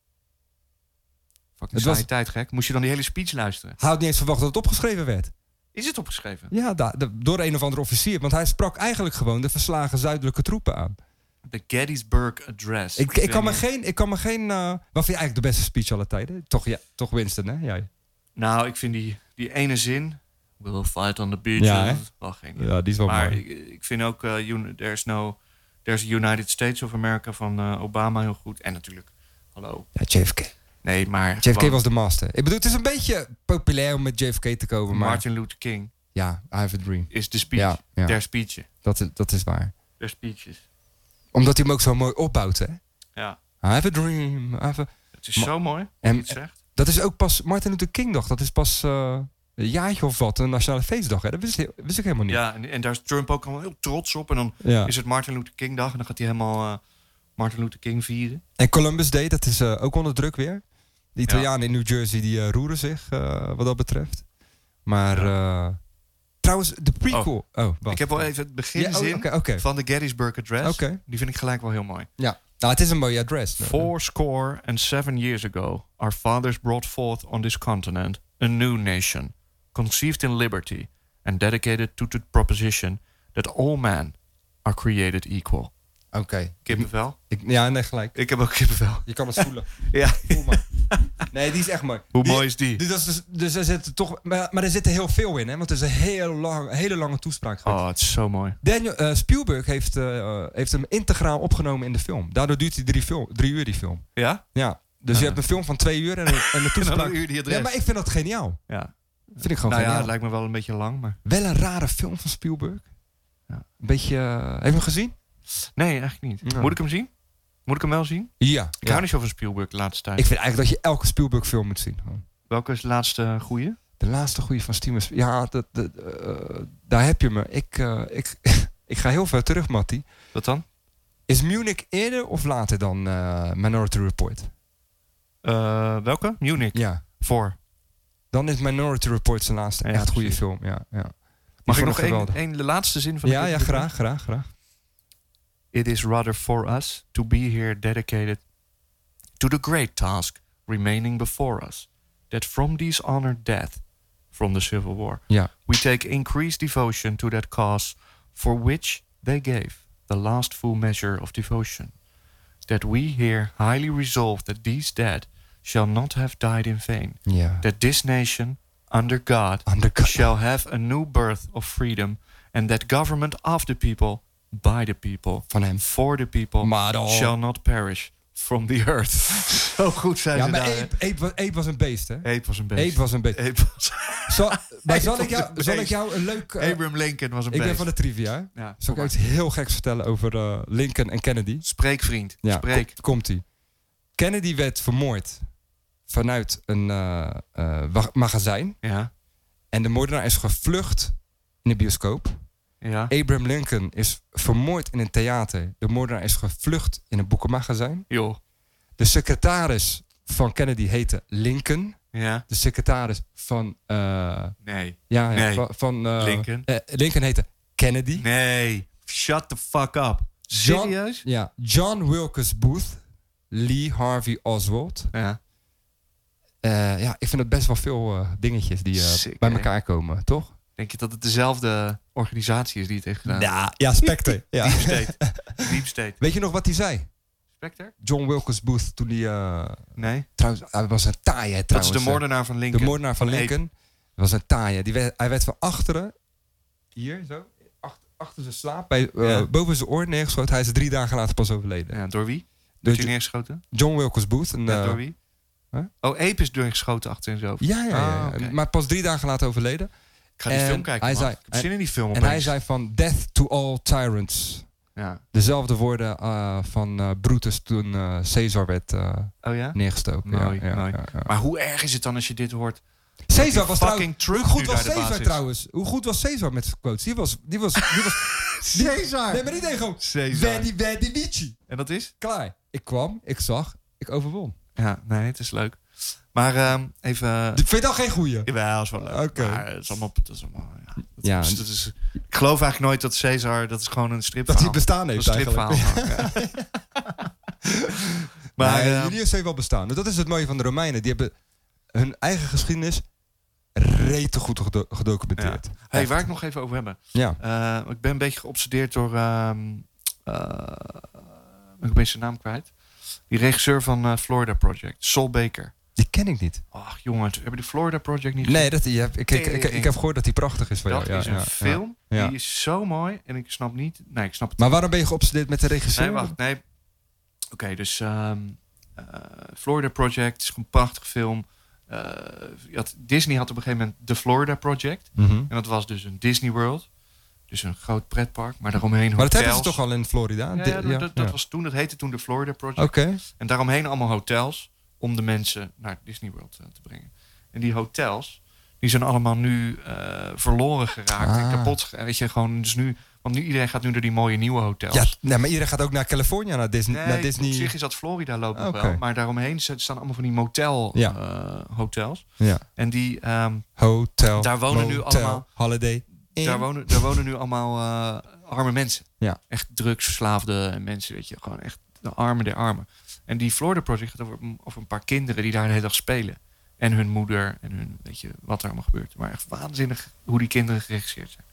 Fucking saaie tijd, gek. Moest je dan die hele speech luisteren? Hij had niet eens verwacht dat het opgeschreven werd. Is het opgeschreven? Ja, da, da, door een of andere officier. Want hij sprak eigenlijk gewoon de verslagen zuidelijke troepen aan. De Gettysburg Address. Ik, ik, kan, me geen, ik kan me geen... Uh, wat vind je eigenlijk de beste speech aller tijden? Toch, ja, toch Winston, hè? Jij. Nou, ik vind die, die ene zin... We'll fight on the beaches. Ja, wel geen ja, die is wel maar mooi. Ik, ik vind ook... Uh, there's no... There's a United States of America van uh, Obama heel goed. En natuurlijk... Hallo. Ja, J F K. Nee, maar... J F K was de master. Ik bedoel, het is een beetje populair om met J F K te komen. Maar Martin Luther King... Ja, I have a dream. Is de speech. Ja, ja. Der speech. Dat is, dat is waar. Der speeches. Omdat hij hem ook zo mooi opbouwt, hè? Ja. I have a dream. I have a... Het is Ma- zo mooi, hoe en, je het zegt. Dat is ook pas Martin Luther King dag. Dat is pas uh, een jaartje of wat, een nationale feestdag. Hè? Dat wist, wist ik helemaal niet. Ja, en, en daar is Trump ook al heel trots op. En dan ja. is het Martin Luther King dag. En dan gaat hij helemaal uh, Martin Luther King vieren. En Columbus Day, dat is uh, ook onder druk weer. De Italianen ja. in New Jersey, die uh, roeren zich uh, wat dat betreft. Maar... Ja. Uh, Trouwens, de prequel... Oh, oh wat? Ik heb wel even het beginzin ja, oh, okay, okay. van de Gettysburg Address. Okay. Die vind ik gelijk wel heel mooi. Ja, nou, het is een mooi adres. Four score and seven years ago, our fathers brought forth on this continent a new nation, conceived in liberty and dedicated to the proposition that all men are created equal. Oké. Okay. Kippenvel? Ik, ja, nee, gelijk. Ik heb ook kippenvel. Je kan het voelen. Ja. Voel maar. Nee, die is echt mooi. Hoe die, mooi is die? die dat is dus, dus er zit toch, maar, maar er zit er heel veel in, hè? Want het is een hele, lang, hele lange toespraak geweest. Oh, het is zo mooi. Daniel, uh, Spielberg heeft, uh, heeft hem integraal opgenomen in de film. Daardoor duurt hij drie, film, drie uur, die film. Ja? Ja. Dus uh. je hebt een film van twee uur en een, en een toespraak. En een uur die adres. Ja, maar ik vind dat geniaal. Ja. Vind ik gewoon nou geniaal. Ja, het lijkt me wel een beetje lang, maar... Wel een rare film van Spielberg. Ja. Een beetje... Uh, heb je hem gezien? Nee, eigenlijk niet. Ja. Moet ik hem zien? Moet ik hem wel zien? Ja. Ik ja. hou niet zo van Spielberg de laatste tijd. Ik vind eigenlijk dat je elke Spielberg film moet zien. Gewoon. Welke is de laatste goeie? De laatste goeie van Steven Spielberg. Ja, dat, dat, uh, daar heb je me. Ik, uh, ik, ik ga heel ver terug, Mattie. Wat dan? Is Munich eerder of later dan uh, Minority Report? Uh, welke? Munich? Ja. Voor? Dan is Minority Report zijn laatste ja, echt goede film. Ja, ja. Mag ik nog één, één de laatste zin van de Ja, ja, graag, graag, graag. It is rather for us to be here dedicated to the great task remaining before us, that from these honored death, from the Civil War, yeah. we take increased devotion to that cause for which they gave the last full measure of devotion, that we here highly resolve that these dead shall not have died in vain, yeah. that this nation, under God, under God, shall have a new birth of freedom, and that government of the people, by the people, van hem, for the people, maar shall not perish from the earth. Zo goed zijn ja, ze maar daar. Abe, Abe, was, Abe was een beest, hè? Abe was een beest. Abe was een beest. Abe was... Zal, maar zal, Abe ik jou, was zal ik jou een leuk... Uh, Abraham Lincoln was een ik beest. Ik ben van de trivia. Ja, zal ik iets heel geks vertellen over uh, Lincoln en Kennedy? Spreek, vriend. Ja, Spreek. Kom, komt-ie. Kennedy werd vermoord vanuit een uh, uh, magazijn. Ja. En de moordenaar is gevlucht in de bioscoop. Ja. Abraham Lincoln is vermoord in een theater. De moordenaar is gevlucht in een boekenmagazijn. Jo. De secretaris van Kennedy heette Lincoln. Ja. De secretaris van... Uh, nee. Ja, ja nee. van... van uh, Lincoln. Uh, Lincoln heette Kennedy. Nee. Shut the fuck up. Serieus? John, ja. John Wilkes Booth. Lee Harvey Oswald. Ja. Uh, ja, ik vind het best wel veel uh, dingetjes die uh, Sick, bij hè? elkaar komen, toch? Denk je dat het dezelfde organisatie is die het heeft gedaan? Ja, ja Spectre. ja. Deep State. Deep State. Weet je nog wat hij zei? Spectre? John Wilkes Booth, toen hij... Uh, nee. Trouwens, hij was een taaie, hè, trouwens. Dat is de moordenaar van Lincoln. De moordenaar van Lincoln. Dat was een taaie. Die werd, hij werd van achteren... Hier, zo. Achter, achter zijn slaap. Bij, uh, ja. Boven zijn oor neergeschoten. Hij is drie dagen later pas overleden. Ja, door wie? Door je neergeschoten? John Wilkes Booth. En, ja, uh, door wie? Huh? Oh, Ape is doorgeschoten achter en zo. Ja, ja, ja. Oh, okay. Maar pas drie dagen later overleden. Ik ga die en film kijken, hij zei, ik heb zin in die film En opeens. hij zei van death to all tyrants. Ja. Dezelfde woorden uh, van uh, Brutus toen uh, Caesar werd uh, oh, ja? neergestoken. Mooi, ja, ja, mooi. Ja, ja. Maar hoe erg is het dan als je dit hoort? Caesar was fucking trouwens... Hoe goed was Caesar trouwens? Hoe goed was Caesar met quotes? Die was... Die was, die was die, Caesar! Nee, maar niet gewoon... Caesar. Verdi, verdi, vici. En dat is? Klaar. Ik kwam, ik zag, ik overwon. Ja, nee, het is leuk. Maar uh, even... Vind je dat geen goeie? Jawel, dat is wel leuk. Okay. Maar het is allemaal... Dat is allemaal ja, dat ja. Is, dat is, ik geloof eigenlijk nooit dat Caesar... Dat is gewoon een stripverhaal. Dat hij bestaan heeft een eigenlijk. Ja. Maar nee, uh, Julius heeft wel bestaan. Dat is het mooie van de Romeinen. Die hebben hun eigen geschiedenis rete goed gedo- gedocumenteerd. Ja. Hey, waar ik nog even over hebben. Ja. Uh, ik ben een beetje geobsedeerd door... Uh, uh, ik ben zijn naam kwijt. Die regisseur van uh, Florida Project. Saul Baker. Die ken ik niet. Ach jongens, heb je de Florida Project niet gezien? Nee, dat, je hebt, ik, ik, ik, ik, ik heb gehoord dat die prachtig is. Van dat jou. is ja, een ja, film. Ja. Die is zo mooi. En ik snap niet... Nee, ik snap het maar niet. waarom ben je geobsedeerd met de regisseur? Nee, wacht. Nee. Oké, okay, dus... Um, uh, Florida Project is een prachtige film. Uh, had, Disney had op een gegeven moment de Florida Project. Mm-hmm. En dat was dus een Disney World. Dus een groot pretpark. Maar daaromheen Maar hotels. dat hebben ze toch al in Florida? Ja, De, ja, ja, dat, dat ja. was toen. Dat heette toen de Florida Project. Oké. Okay. En daaromheen allemaal hotels. Om de mensen naar Disney World uh, te brengen. En die hotels, die zijn allemaal nu uh, verloren geraakt. Ah. En kapot. Weet je, gewoon dus nu... Want nu iedereen gaat nu naar die mooie nieuwe hotels. Ja, nee, maar iedereen gaat ook naar Californië, naar Disney. Nee, naar Disney. op zich is dat Florida loopt nog okay. wel. Maar daaromheen staan allemaal van die motel ja. uh, hotels. Ja. En die... Um, Hotel, daar wonen motel, nu allemaal... Holiday. Daar wonen, daar wonen nu allemaal uh, arme mensen. Ja. Echt drugsverslaafde mensen, weet je. Gewoon echt de armen der armen. En die Florida Project gaat over, over een paar kinderen die daar de hele dag spelen. En hun moeder en hun, weet je, wat er allemaal gebeurt. Maar echt waanzinnig hoe die kinderen geregisseerd zijn.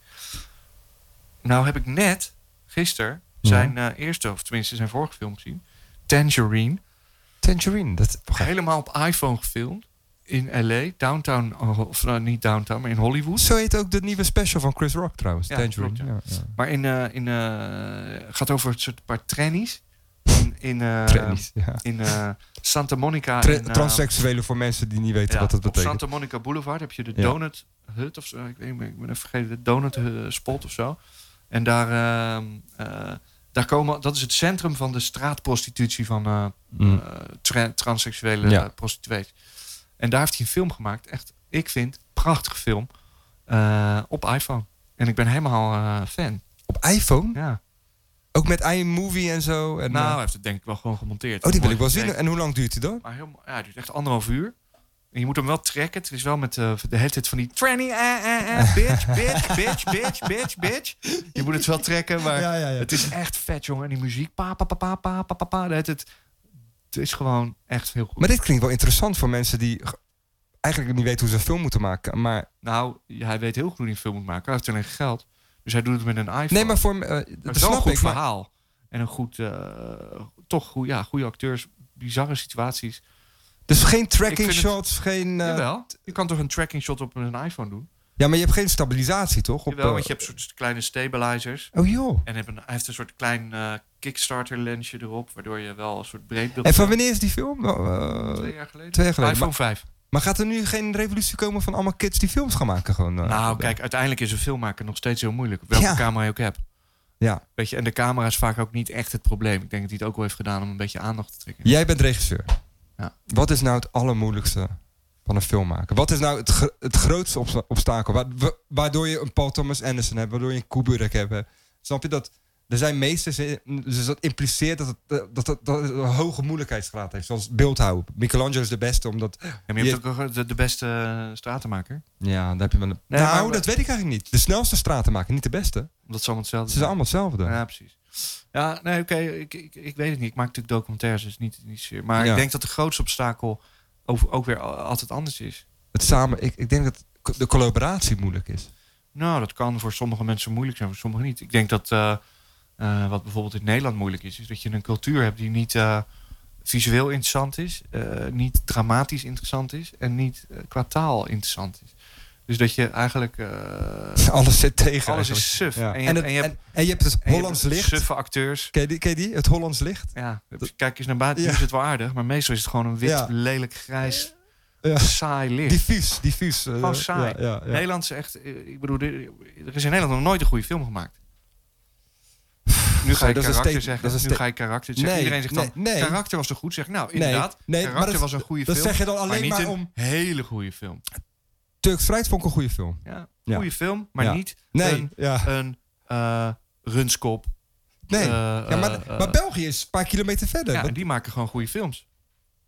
Nou heb ik net, gisteren, zijn uh, eerste, of tenminste zijn vorige film gezien. Tangerine. Tangerine, dat... Helemaal op iPhone gefilmd. In L A, downtown, of nou, niet downtown, maar in Hollywood. Zo heet ook de nieuwe special van Chris Rock trouwens, ja, Tangerine. Klopt, ja. Ja, ja. Maar in, uh, in uh, gaat over een soort paar trannies. In, in, uh, trannies, ja. in uh, Santa Monica. Tra- in, uh, transseksuelen voor mensen die niet weten ja, wat dat betekent. Op Santa Monica Boulevard heb je de ja. Donut Hut of zo. Ik weet niet, ik ben even vergeten, de Donut Spot of zo. En daar, uh, uh, daar komen, dat is het centrum van de straatprostitutie van uh, mm. uh, tra- transseksuele ja. prostituees. En daar heeft hij een film gemaakt. Echt, ik vind, prachtige film. Uh, op iPhone. En ik ben helemaal uh, fan. Op iPhone? Ja. Ook met iMovie en zo? En, nou, uh... hij heeft het denk ik wel gewoon gemonteerd. Oh, die wil ik wel zien. En hoe lang duurt hij dan? Maar heel, ja, het duurt echt anderhalf uur. En je moet hem wel trekken. Het is wel met uh, de hele tijd van die... Tranny, uh, uh, uh, bitch, bitch, bitch, bitch, bitch, bitch. Je moet het wel trekken, maar ja, ja, ja. Het is echt vet, jongen. En die muziek, pa, pa, pa, pa, pa, pa, pa, pa. Het, het, het is gewoon echt heel goed. Maar dit klinkt wel interessant voor mensen die eigenlijk niet weten hoe ze een film moeten maken. Maar... Nou, hij weet heel goed hoe hij een film moet maken. Hij heeft alleen geld. Dus hij doet het met een iPhone. Nee, maar voor... Uh, maar het is wel een goed ik, verhaal. Maar... En een goed... Uh, toch goed, ja, goede acteurs. Bizarre situaties. Dus geen tracking shots, het... geen... Uh... Jawel. Je kan toch een tracking shot op een iPhone doen? Ja, maar je hebt geen stabilisatie, toch? Op, Jawel, want je hebt soort kleine stabilizers. Oh joh. En hij heeft een soort klein uh, Kickstarter lensje erop, waardoor je wel een soort breedbeeld... En van wanneer is die film? Uh, twee jaar geleden. Twee jaar geleden. iPhone vijf. Maar gaat er nu geen revolutie komen van allemaal kids die films gaan maken? Gewoon, uh, nou, kijk, uiteindelijk is een film maken nog steeds heel moeilijk. Welke ja. camera je ook hebt. Ja. Weet je, en de camera is vaak ook niet echt het probleem. Ik denk dat hij het ook wel heeft gedaan om een beetje aandacht te trekken. Jij bent regisseur. Ja. Wat is nou het allermoeilijkste van een film maken? Wat is nou het, gro- het grootste obst- obstakel? Wa- wa- waardoor je een Paul Thomas Anderson hebt, waardoor je een Kubrick hebt. Snap je dat? Er zijn meesters, in, dus dat impliceert dat het, dat het, dat het een hoge moeilijkheidsgraad heeft. Zoals beeldhouden. Michelangelo is de beste, omdat... Ja, maar je hebt je... ook de, de beste stratenmaker. Ja, daar heb je wel een... Nee, nou, maar... dat weet ik eigenlijk niet. De snelste stratenmaker, niet de beste. Dat is allemaal hetzelfde. Ze zijn allemaal hetzelfde. Ja, precies. Ja, nee, oké. Okay, ik, ik, ik weet het niet. Ik maak natuurlijk documentaires, dus niet, niet zeer. Maar ja. ik denk dat de grootste obstakel over, ook weer altijd anders is. Het samen... Ik, ik denk dat de collaboratie moeilijk is. Nou, dat kan voor sommige mensen moeilijk zijn, voor sommigen niet. Ik denk dat... Uh, Uh, wat bijvoorbeeld in Nederland moeilijk is, is dat je een cultuur hebt die niet uh, visueel interessant is, uh, niet dramatisch interessant is en niet uh, qua taal interessant is. Dus dat je eigenlijk... Uh, alles zit tegen. Alles eigenlijk. is suf. Ja. En, je, en, het, en, je hebt, en, en je hebt het Hollands je hebt licht. Suffe acteurs. Ken je, die, ken je die? Het Hollands licht? Ja. Kijk eens naar buiten, ja. Nu is het wel aardig, maar meestal is het gewoon een wit, ja. lelijk, grijs, ja. saai licht. Diffuus, diffuus. Gewoon uh, saai. Ja, ja, ja. Nederland is echt... Ik bedoel, er is in Nederland nog nooit een goede film gemaakt. Nu ga je dat karakter ste- zeggen. Nu sta- ga je karakter zeggen. Nee, Iedereen zegt dan, nee, nee. karakter was toch goed? Zeg nou, inderdaad, nee, nee, karakter dat, was een goede dat film. Dat zeg je dan alleen maar niet maar een om... hele goede film. Turks Fruit vond ik een goede film. Ja, goede ja. film, maar ja. niet nee, een, ja. een uh, runskop. Nee, uh, ja, maar, uh, maar België is een paar kilometer verder. Ja, Wat? en die maken gewoon goede films.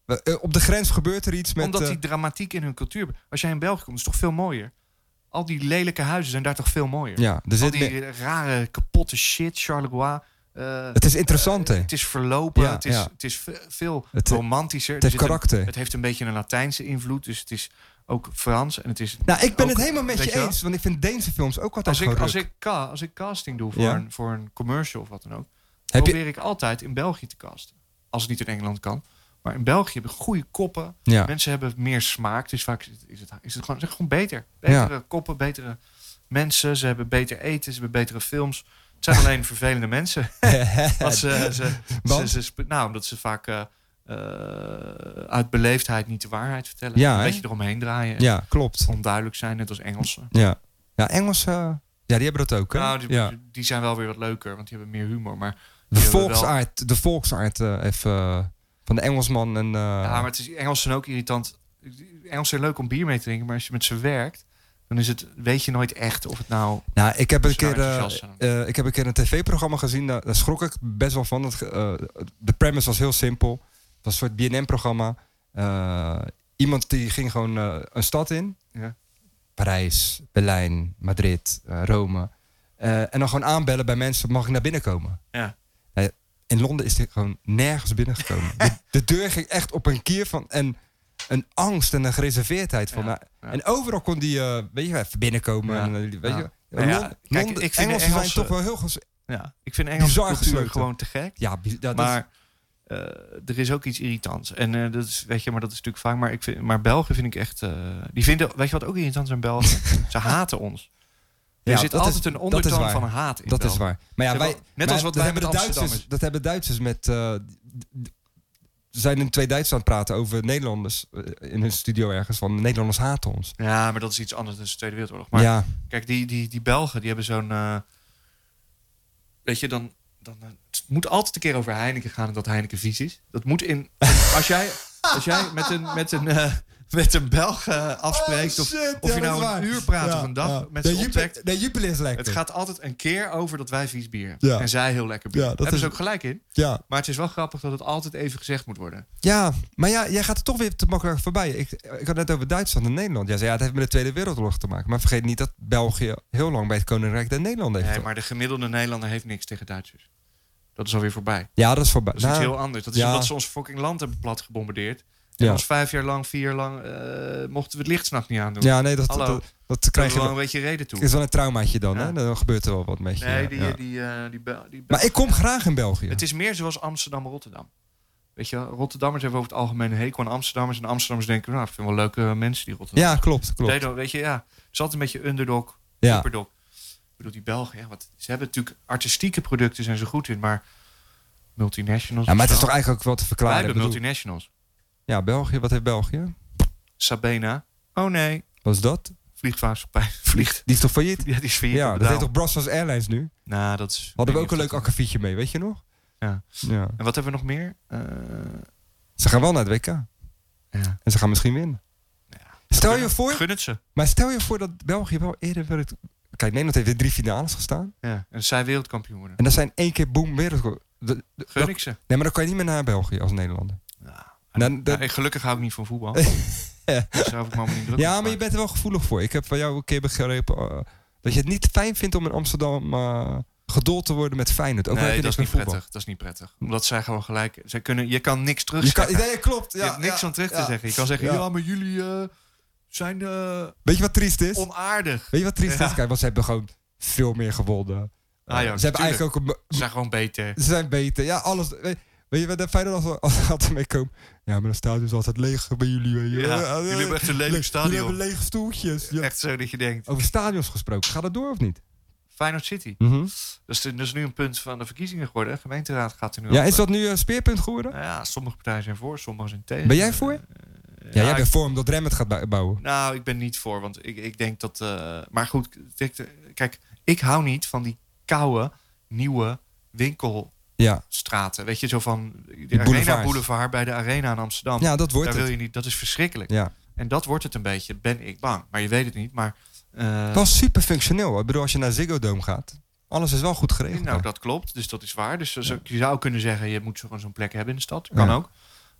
Uh, op de grens gebeurt er iets met... Omdat uh, die dramatiek in hun cultuur... Als jij in België komt, is het toch veel mooier. Al die lelijke huizen zijn daar toch veel mooier. Ja, er zit Al die meer... rare, kapotte shit, Charleroi... Uh, het is interessant, uh, hè? Het is verlopen, ja, het is, ja. het is veel het, romantischer. Het heeft karakter. Een, het heeft een beetje een Latijnse invloed, dus het is ook Frans. En het is nou, ik ben ook, het helemaal met je eens, want ik vind Deense films ook altijd als ik, als ruk. ik, ca- als ik casting doe voor, ja. een, voor een commercial of wat dan ook... Heb probeer je... ik altijd in België te casten. Als het niet in Engeland kan. Maar in België hebben goede koppen. Ja. Mensen hebben meer smaak. Dus vaak is het, is het, is het, gewoon, is het gewoon beter. Betere ja. koppen, betere mensen. Ze hebben beter eten, ze hebben betere films. Het zijn alleen vervelende mensen. Want ze, ze, ze, ze, ze, nou, omdat ze vaak uh, uh, uit beleefdheid niet de waarheid vertellen. Ja, een hè? beetje eromheen draaien. Ja, klopt. Onduidelijk zijn, net als Engelsen. Ja, ja Engelsen, uh, ja, die hebben dat ook. Hè? Nou, die, ja. die zijn wel weer wat leuker, want die hebben meer humor. Maar de volksaard, wel... de volksaard uh, even, uh, van de Engelsman. En, uh... Ja, maar het is, Engelsen zijn ook irritant. Engelsen zijn leuk om bier mee te drinken, maar als je met ze werkt... dan is het, weet je nooit echt of het nou... Nou, ik heb een keer, uh, uh, ik heb een keer een tv-programma gezien. Daar, daar schrok ik best wel van. Dat, uh, de premise was heel simpel. Het was een soort B N N-programma. Uh, iemand die ging gewoon uh, een stad in. Ja. Parijs, Berlijn, Madrid, uh, Rome. Uh, en dan gewoon aanbellen bij mensen. Mag ik naar binnen komen? Ja. Uh, in Londen is hij gewoon nergens binnengekomen. de, de deur ging echt op een kier van... En, een angst en een gereserveerdheid van. Ja, ja. En overal kon die, uh, weet je, even binnenkomen. Ja, en, weet je, ja. Ja, Lond, kijk, Londen, ik vind Engelsen Engelse, zijn toch wel heel ges- ja, ik vind Engelse cultuur gewoon te gek. Ja, ja, maar uh, er is ook iets irritants. En uh, dat is, weet je, maar dat is natuurlijk vaak. Maar ik vind, maar Belgen vind ik echt. Uh, die vinden, weet je wat ook irritant is aan Belgen? Ze haten ons. Er ja, zit altijd is, een ondertoon van haat in. Dat België. is waar. Maar ja, wij, net maar als wat dat wij hebben met de Duitsers. Dat hebben Duitsers met. Uh, Ze zijn in twee Duitsers aan het praten over Nederlanders uh, in hun studio ergens van Nederlanders haten ons. Ja, maar dat is iets anders dan de Tweede Wereldoorlog. Maar ja. Kijk, die, die, die Belgen die hebben zo'n, uh, weet je, dan, dan uh, het moet altijd een keer over Heineken gaan en dat Heineken vies is. Dat moet in als jij als jij met een met een uh, met een Belg uh, afspreekt, oh, shit, of, of ja, je nou een waar. uur praat ja, of een dag ja. met z'n optrekt. De Jupiler is lekker. Het gaat altijd een keer over dat wij vies bier ja. en zij heel lekker bier. Ja, Daar hebben is... ze ook gelijk in. Ja. Maar het is wel grappig dat het altijd even gezegd moet worden. Ja, maar ja, jij gaat er toch weer te makkelijk voorbij. Ik, ik had net over Duitsland en Nederland. Jij zei, ja, het heeft met de Tweede Wereldoorlog te maken. Maar vergeet niet dat België heel lang bij het Koninkrijk der Nederlanden heeft. Nee, maar de gemiddelde Nederlander heeft niks tegen Duitsers. Dat is alweer voorbij. Ja, dat is voorbij. Dat is nou, iets heel anders. Dat is ja. omdat ze ons fucking land hebben plat gebombardeerd. En ja. ons vijf jaar lang, vier jaar lang, uh, mochten we het licht 's nachts niet aandoen. Ja, nee, dat, Hallo, dat, dat, dat krijg je wel een beetje reden toe. Het is wel een traumaatje dan, ja. hè? Dan gebeurt er wel wat met je. Nee, ja. die, ja. die, uh, die, die, die maar ik kom ja. graag in België. Het is meer zoals Amsterdam-Rotterdam. Weet je, Rotterdammers hebben over het algemeen een hekel aan Amsterdammers. En Amsterdammers denken, nou, ik vind wel leuke mensen die Rotterdam. Ja, klopt, klopt. Nee, weet je, ja, het is altijd een beetje underdog, ja. superdog. Ik bedoel, die Belgen, ja, wat, ze hebben natuurlijk artistieke producten, zijn ze goed in, maar multinationals. Ja, maar het is toch eigenlijk ook wel te verklaren. Wij hebben multinationals. Ja, België, wat heeft België? Sabena. Oh nee. Wat is dat? Vliegvaartmaatschappij vliegt. Die is toch failliet? Ja, die is failliet. Ja, dat heet toch Brussels Airlines nu? Nou, dat is... Hadden we ook een leuk akkefietje mee, weet je nog? Ja. ja. En wat hebben we nog meer? Uh... Ze gaan wel naar het W K. Ja. En ze gaan misschien winnen. Ja. Stel je voor... Gun het ze. Maar stel je voor dat België wel eerder... Het... Kijk, Nederland heeft in drie finales gestaan. Ja, en zij wereldkampioen worden. En dat zijn één keer boom wereldkampioen. Gun dat... ik ze. Nee, maar dan kan je niet meer naar België als Nederlander. Ja. Dan, dat... ja, gelukkig hou ik niet van voetbal. ja. Dus daar hoef ik me niet druk ja, maar maar je bent er wel gevoelig voor. Ik heb van jou een keer begrepen uh, dat je het niet fijn vindt om in Amsterdam uh, gedold te worden met Feyenoord. Ook nee, je dat is niet voetbal. prettig. Dat is niet prettig. Omdat zij gewoon gelijk... Zij kunnen, je kan niks terugzeggen. Je kan, nee, klopt. Ja, je hebt niks ja, aan terug ja, te zeggen. Je kan zeggen, ja, ja maar jullie uh, zijn uh, weet je wat triest is? Onaardig. Weet je wat triest ja. is? Kijk, want ze hebben gewoon veel meer gewonnen. Uh, ah, ja, ze hebben eigenlijk ook een... Ze zijn gewoon beter. Ze zijn beter. Ja, alles... Weet, weet je wat de Feyenoord als, als, als altijd meekomen? Ja, maar dat stadion is altijd leeg bij jullie. Weet je. Ja, ja, jullie hebben echt een lelijk stadion. Jullie hebben lege stoeltjes. Ja. Echt zo dat je denkt. Over stadions gesproken. Gaat dat door of niet? Feyenoord City. Mm-hmm. Dat, is, dat is nu een punt van de verkiezingen geworden. De gemeenteraad gaat er nu Ja, op. Is dat nu een speerpunt geworden? Nou ja, sommige partijen zijn voor, sommige zijn tegen. Ben jij voor? Uh, ja, ja, jij bent voor omdat Rem het gaat bouwen. Nou, ik ben niet voor. Want ik, ik denk dat... Uh, maar goed, kijk, ik hou niet van die koude, nieuwe winkelstraten. Ja. Weet je, zo van de Arena Boulevard bij de Arena in Amsterdam. Ja, dat wordt Daar het. wil je niet. Dat is verschrikkelijk. Ja. En dat wordt het een beetje. Ben ik bang. Maar je weet het niet. Maar uh, wel super functioneel. Ik bedoel, als je naar Ziggo Dome gaat, alles is wel goed geregeld. Nou, dat klopt. Dus dat is waar. Dus ja. Je zou kunnen zeggen, je moet zo'n zo'n plek hebben in de stad. Kan ja. ook.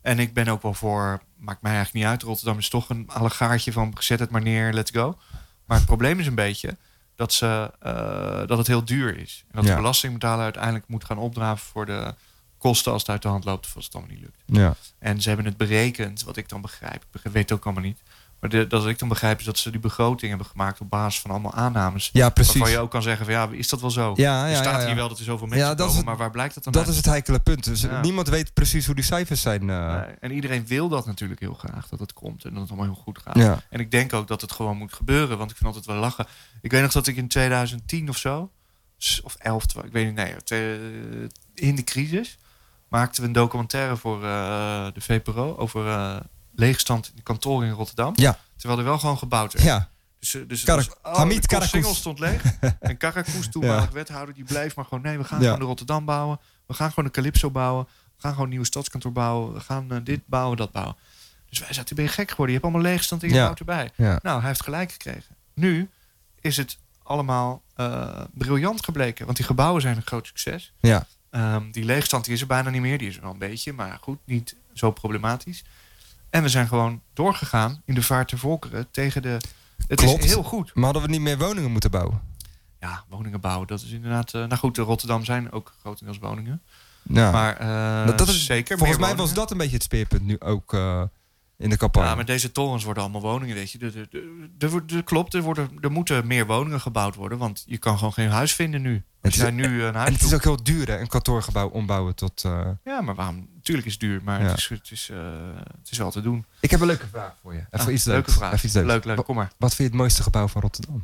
En ik ben ook wel voor, maakt mij eigenlijk niet uit. Rotterdam is toch een allegaartje van zet het maar neer, let's go. Maar het probleem is een beetje dat, ze, uh, dat het heel duur is. En dat ja. de belastingbetaler uiteindelijk moet gaan opdraven voor de kosten als het uit de hand loopt of als het allemaal niet lukt. Ja. En ze hebben het berekend, wat ik dan begrijp. Ik weet het ook allemaal niet. Maar de, dat ik dan begrijp is dat ze die begroting hebben gemaakt op basis van allemaal aannames. Ja, precies. Waarvan je ook kan zeggen van ja, is dat wel zo? Ja, ja, er staat ja, ja. hier wel dat er zoveel mensen ja, dat komen, het, maar waar blijkt dat dan Dat uit? is het heikele punt. Dus ja. niemand weet precies hoe die cijfers zijn. Uh... Nee. En iedereen wil dat natuurlijk heel graag, dat het komt en dat het allemaal heel goed gaat. Ja. En ik denk ook dat het gewoon moet gebeuren, want ik vind altijd wel lachen. Ik weet nog dat ik in twintig tien of zo, of elf, ik weet niet, nee, in de crisis maakten we een documentaire voor uh, de V P R O over uh, leegstand in de kantoren in Rotterdam. Ja. Terwijl er wel gewoon gebouwd werd. Ja. Dus, dus Karak- het was, oh, Hamid de Karakoes. Singel stond leeg. En Karakoes, toenmalig ja. wethouder, die bleef maar gewoon... nee, we gaan ja. gewoon de Rotterdam bouwen. We gaan gewoon de Calypso bouwen. We gaan gewoon een nieuwe stadskantoor bouwen. We gaan uh, dit bouwen, dat bouwen. Dus wij zaten, ben je gek geworden? Je hebt allemaal leegstand en je ja. bouwt erbij. Ja. Nou, hij heeft gelijk gekregen. Nu is het allemaal uh, briljant gebleken. Want die gebouwen zijn een groot succes. Ja. Um, die leegstand die is er bijna niet meer. Die is er wel een beetje, maar goed, niet zo problematisch. En we zijn gewoon doorgegaan in de vaart ter volkeren tegen de... Het Klopt. is heel goed. Maar hadden we niet meer woningen moeten bouwen? Ja, woningen bouwen, dat is inderdaad... Uh, nou goed, in Rotterdam zijn ook grotendeels woningen. Ja. Maar uh, dat, dat is zeker volgens mij woningen. was dat een beetje het speerpunt nu ook uh, in de campagne. Ja, maar deze torens worden allemaal woningen, weet je. De, de, de, de, de, klopt, er, worden, er moeten meer woningen gebouwd worden. Want je kan gewoon geen huis vinden nu. Als jij nu een huis en het is ook heel duur, hè? Een kantoorgebouw ombouwen tot... Uh... Ja, maar waarom? Natuurlijk is het duur, maar ja. het, is, het, is, uh, het is wel te doen. Ik heb een leuke vraag voor je. Even ah, iets leuke leuks. vraag. Even iets leuks. Leuk, leuk, kom maar. Wat vind je het mooiste gebouw van Rotterdam?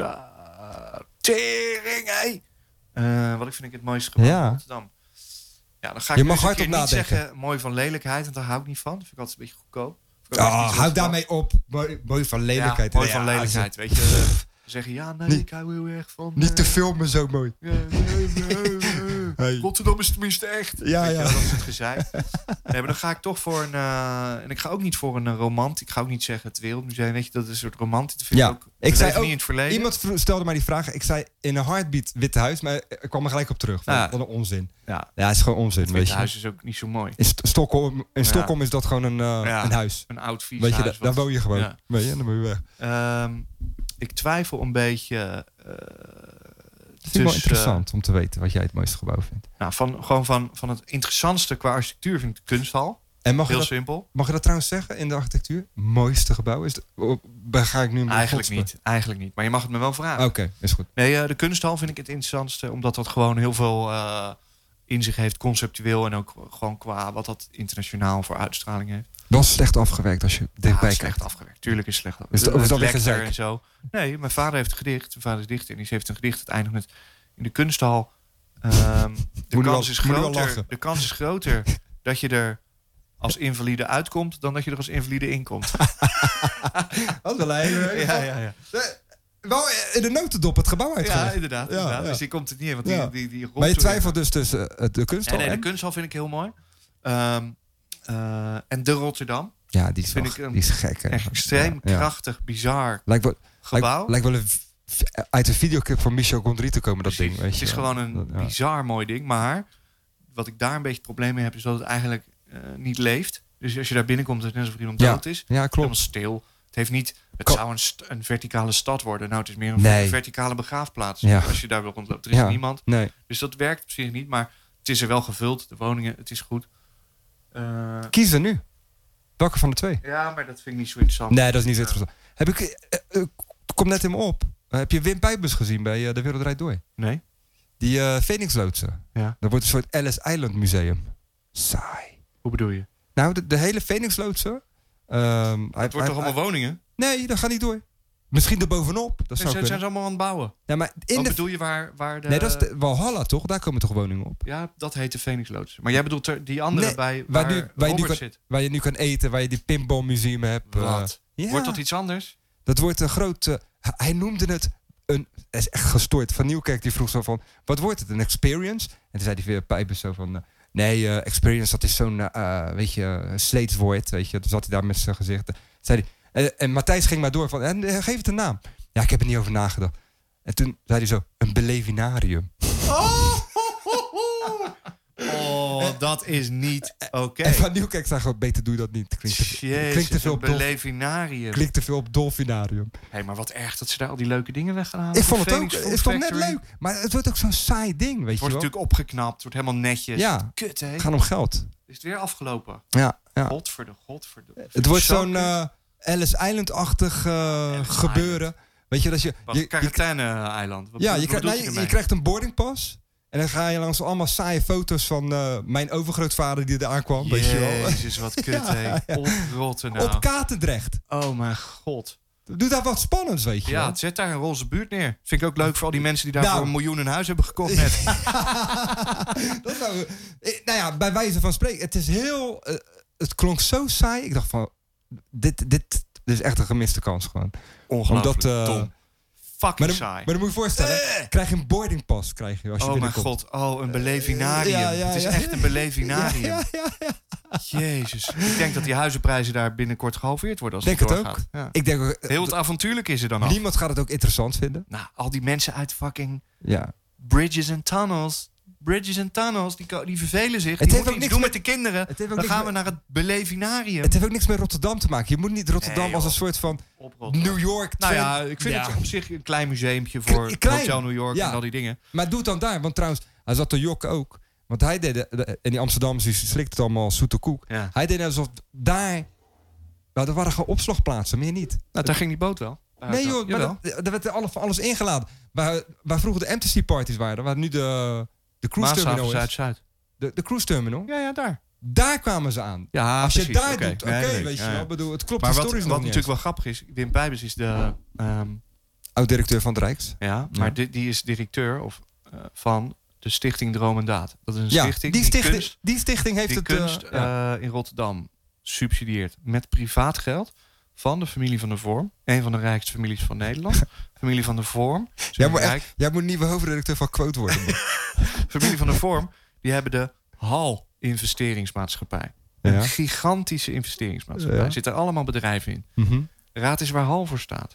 Tering, hé! Uh, wat vind ik het mooiste gebouw ja. van Rotterdam? Ja, dan ga ik je mag dus hardop niet nadenken. zeggen mooi van lelijkheid, want daar hou ik niet van. Dat vind ik altijd een beetje goedkoop. Oh, hou daarmee op. Mooi, mooi van lelijkheid. Ja, mooi ja, van lelijkheid, weet je. Ze zeggen, ja, nee, niet, ik hou heel erg van... Niet uh, te filmen zo mooi. Ja, nee, nee, nee. Hey. Rotterdam is tenminste echt. Ja, ja. Je, dat is het gezeik. Nee, maar dan ga ik toch voor een... Uh, en ik ga ook niet voor een uh, romant. Ik ga ook niet zeggen het Wereldmuseum. Weet je, dat is een soort romantisch. Dat vind ja. ik ook... Ik zei ook, niet in het verleden. Iemand stelde mij die vraag. Ik zei in een heartbeat Witte Huis. Maar ik kwam er gelijk op terug. Van, ja. Wat een onzin. Ja, ja het is gewoon onzin. Het Witte Huis is ook niet zo mooi. In, St- Stockholm, in ja. Stockholm is dat gewoon een, uh, ja. een huis. Een oud vies weet je, huis. da- daar woon je gewoon. Ja. Weet je, dan moet je weg. Um, ik twijfel een beetje... Uh, Het is wel interessant uh, om te weten wat jij het mooiste gebouw vindt. Nou, van, gewoon van, van het interessantste qua architectuur vind ik de kunsthal. En mag Heel dat, simpel. Mag je dat trouwens zeggen in de architectuur? Mooiste gebouw? Is het, ga ik nu eigenlijk niet, eigenlijk niet. Maar je mag het me wel vragen. Oké, okay, is goed. Nee, uh, de kunsthal vind ik het interessantste. Omdat dat gewoon heel veel uh, in zich heeft. Conceptueel en ook gewoon qua wat dat internationaal voor uitstraling heeft. Was slecht afgewerkt als je dichtbij ja, kijkt. slecht afgewerkt. Tuurlijk is slecht afgewerkt. Is het, het, het lekker en zo. Nee, mijn vader heeft een gedicht. Mijn vader is dichter en die heeft een gedicht. Het eindigt met in de kunsthal. Um, de, kans is groter, de kans is groter dat je er als invalide uitkomt dan dat je er als invalide inkomt. Dat is wel een hele... Ja, ja, ja. Wel in de notendop het gebouw uitgelegd. Ja, inderdaad. Ja, inderdaad. ja. Dus die komt het niet in. Want ja. die, die, die maar je twijfelt dus tussen uh, de kunsthal nee, nee, en... de kunsthal vind ik heel mooi. Um, uh, en de Rotterdam. Ja, die is, vind wel, ik een die is gek. Hè? Echt extreem ja, krachtig, ja. bizar lijkt wel, gebouw. Lijkt, lijkt wel een, uit een videoclip van Michel Gondry te komen, dat Precies. ding. Weet het je is wel. gewoon een dat, ja. bizar mooi ding. Maar wat ik daar een beetje het probleem mee heb, is dat het eigenlijk uh, niet leeft. Dus als je daar binnenkomt, is het net alsof iemand ja. dood is. Ja, klopt. Helemaal stil. Het heeft niet... Het Ko- zou een, st- een verticale stad worden. Nou, het is meer een nee. verticale begraafplaats. Ja. Als je daar wil rondloopt. Er is ja. niemand. Nee. Dus dat werkt op zich niet. Maar het is er wel gevuld. De woningen, het is goed. Uh, Kiezen nu. Welke van de twee? Ja, maar dat vind ik niet zo interessant. Nee, dat is niet zo interessant. Heb ik... Uh, uh, kom net in me op. Uh, heb je Wim Pijbus gezien bij uh, De Wereld Draait Door? Nee. Die uh, Phoenixloodsen. Ja. Dat wordt een soort Ellis Island museum. Saai. Hoe bedoel je? Nou, de, de hele Phoenixloodsen... Um, het wordt hij, toch allemaal hij, woningen? Nee, dat gaat niet door. Misschien erbovenop. Dat nee, zijn, zijn ze allemaal aan het bouwen? Ja, maar in Wat de... bedoel je waar, waar de... Nee, dat is de Walhalla toch? Daar komen toch woningen op? Ja, dat heet de Phoenixloods. Maar jij bedoelt er, die andere nee, bij waar, waar, nu, waar, je nu kan, zit. waar je nu kan eten, waar je die pinballmuseum hebt. Wat? Uh, ja. Wordt dat iets anders? Dat wordt een groot... Uh, hij noemde het een... Het is echt gestoord. Van Nieuwkerk die vroeg zo van... Wat wordt het? Een experience? En toen zei hij weer Pijbus zo van... Uh, nee, uh, experience dat is zo'n... Uh, weet je, uh, sleetswoord. Weet je. Toen zat hij daar met zijn gezicht. Zei hij, uh, en Matthijs ging maar door van... Uh, geef het een naam. Ja, ik heb er niet over nagedacht. En toen zei hij zo... Een belevinarium. Oh, oh, oh, oh. oh dat Dat is niet oké. Okay. En van Nieuwkerk zei gewoon, beter doe je dat niet. Klinkt te, Jezus, klinkt te veel op Belevinarium. Klinkt te veel op Dolfinarium. Hé, hey, maar wat erg dat ze daar al die leuke dingen weg gaan halen. Ik vond het ook, het is toch net leuk. Maar het wordt ook zo'n saai ding, weet je wel. Het wordt natuurlijk opgeknapt, het wordt helemaal netjes. Ja, kut, hè? Het gaat om geld. Is het weer afgelopen? Ja, ja. Godverde, godverde. Het wordt zo'n uh, Ellis Island-achtig uh, gebeuren. Island. Weet je, dat je... je quarantaine-eiland. Ja, je, krijg, nou, je, je krijgt een boardingpas. En dan ga je langs allemaal saaie foto's van uh, mijn overgrootvader die er aankwam. Jezus, weet je wel. Jezus, wat kut, ja, hè. Ja. Oprotten nou. Op Katendrecht. Oh mijn god. Doe daar wat spannends, weet je Ja, wel. zet daar een roze buurt neer. Vind ik ook leuk voor al die mensen die daar nou. voor een miljoen een huis hebben gekocht net. Dat nou, nou ja, bij wijze van spreken. Het is heel... Uh, het klonk zo saai. Ik dacht van... Dit, dit, dit is echt een gemiste kans gewoon. Ongelooflijk Omdat, uh, dom. Fucking maar dan, saai. Maar dan moet je voorstellen, uh. krijg je een boardingpas. Krijg je als je oh mijn god, oh, een belevinarium. Uh, ja, ja, het is ja, echt een belevinarium. Ja, ja, ja, ja. Jezus. Ik denk dat die huizenprijzen daar binnenkort gehalveerd worden als denk het doorgaat. Het ook. Ja. Ik denk ook, heel het avontuurlijk is er dan al. Niemand gaat het ook interessant vinden. Nou, al die mensen uit fucking ja. Bridges and Tunnels... Bridges and Tunnels, die, die vervelen zich. Het die moeten iets doen met, met de kinderen. Dan gaan we met, naar het Belevinarium. Het heeft ook niks met Rotterdam te maken. Je moet niet Rotterdam nee, als een soort van New York... Nou ja, ik vind ja. het op zich een klein museumpje voor Klein. Hotel New York ja. en al die dingen. Maar doe het dan daar. Want trouwens, hij zat te jokken ook. Want hij deed... De, de, en die Amsterdammers die slikt het allemaal zoete koek. Ja. Hij deed alsof daar... Nou, er waren gewoon opslagplaatsen, meer niet. Nou, daar ging die boot wel. Nee joh, maar dat, er werd alles, alles ingeladen. Waar, waar vroeger de Empty parties waren, waar nu de... De cruise Maashaven, terminal Zuid, Zuid. De, de cruise terminal? Ja, ja, daar. Daar kwamen ze aan. Ja, als precies. je daar okay. doet, oké, okay, nee, weet ja, je wel. Ja. Bedoel, het klopt, maar de wat, story is wat nog natuurlijk niet wel grappig is, Wim Pijbers is de... Um, oud-directeur van het Rijks. Ja, maar ja. Die, die is directeur of, uh, van de stichting Droom en Daad. Dat is een ja, stichting die, stichting, die, kunst, die stichting heeft die het... kunst uh, ja. uh, in Rotterdam subsidieert met privaat geld van de familie van der Vorm. Een van de rijkste families van Nederland. Familie van der Vorm. Jij moet, echt, jij moet nieuwe hoofdredacteur van Quote worden. Familie van der Vorm, die hebben de Hal Investeringsmaatschappij. Een ja. gigantische investeringsmaatschappij. Er ja. zitten allemaal bedrijven in. Mm-hmm. Raad eens waar Hal voor staat.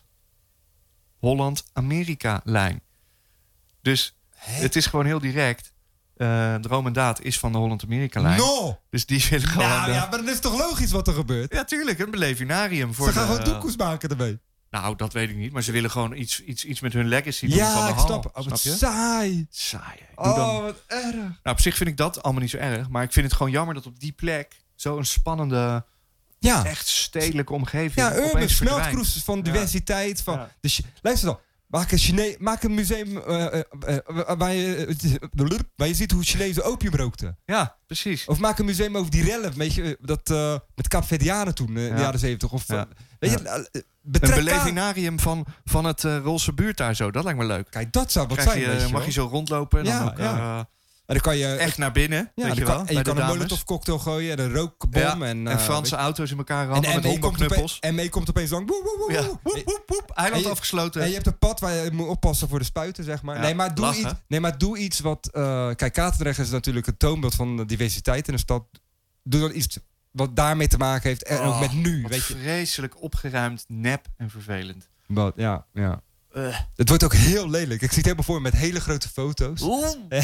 Holland-Amerika-lijn. Dus He? het is gewoon heel direct. Uh, Droom en Daad is van de Holland-Amerika-lijn. No! Dus die willen gewoon... Nou, ja, maar dan is toch logisch wat er gebeurt? Ja, tuurlijk. Een belevinarium. Voor ze gaan de, gewoon doekoes maken ermee. Nou, dat weet ik niet. Maar ze willen gewoon iets, iets, iets met hun legacy doen ja, van de ik hal. snap. Oh, wat saai. Saai. Oh, dan... wat erg. Nou, op zich vind ik dat allemaal niet zo erg. Maar ik vind het gewoon jammer dat op die plek zo'n spannende... Ja. Echt stedelijke omgeving. Ja, urban smeltkroes van diversiteit. Ja. Van ja. de, luister dan. Maak een, Chine- maak een museum uh, uh, uh, waar, je, uh, waar je ziet hoe Chinezen opium rookten. Ja, precies. Of maak een museum over die rellen. Weet je, dat, uh, met Kaapverdianen toen, uh, in ja. de jaren zeventig. Of, ja. weet je, ja. uh, een belevinarium van, van het uh, Roelse buurt daar zo. Dat lijkt me leuk. Kijk, dat zou wat Krijg zijn. Je, weet je mag wel. je zo rondlopen. En ja, dan ook, ja. Uh, en dan kan je echt naar binnen, ja, weet je kan, wel. En je kan een molotov cocktail gooien en een rookbom. Ja, en, uh, en Franse weet, auto's in elkaar rammen met honkbalknuppels. En mee komt opeens lang... Woe, woe, woe, ja. woe, woe, woe, woe. Eiland en je, afgesloten. En je hebt een pad waar je moet oppassen voor de spuiten, zeg maar. Ja, nee, maar doe iets, nee, maar doe iets wat... Uh, kijk, Katendrecht is natuurlijk het toonbeeld van diversiteit in de stad. Doe dan iets wat daarmee te maken heeft. En oh, ook met nu, weet je. Vreselijk opgeruimd, nep en vervelend. Wat, ja, ja. Uh. Het wordt ook heel lelijk. Ik zie het helemaal voor met hele grote foto's. ja,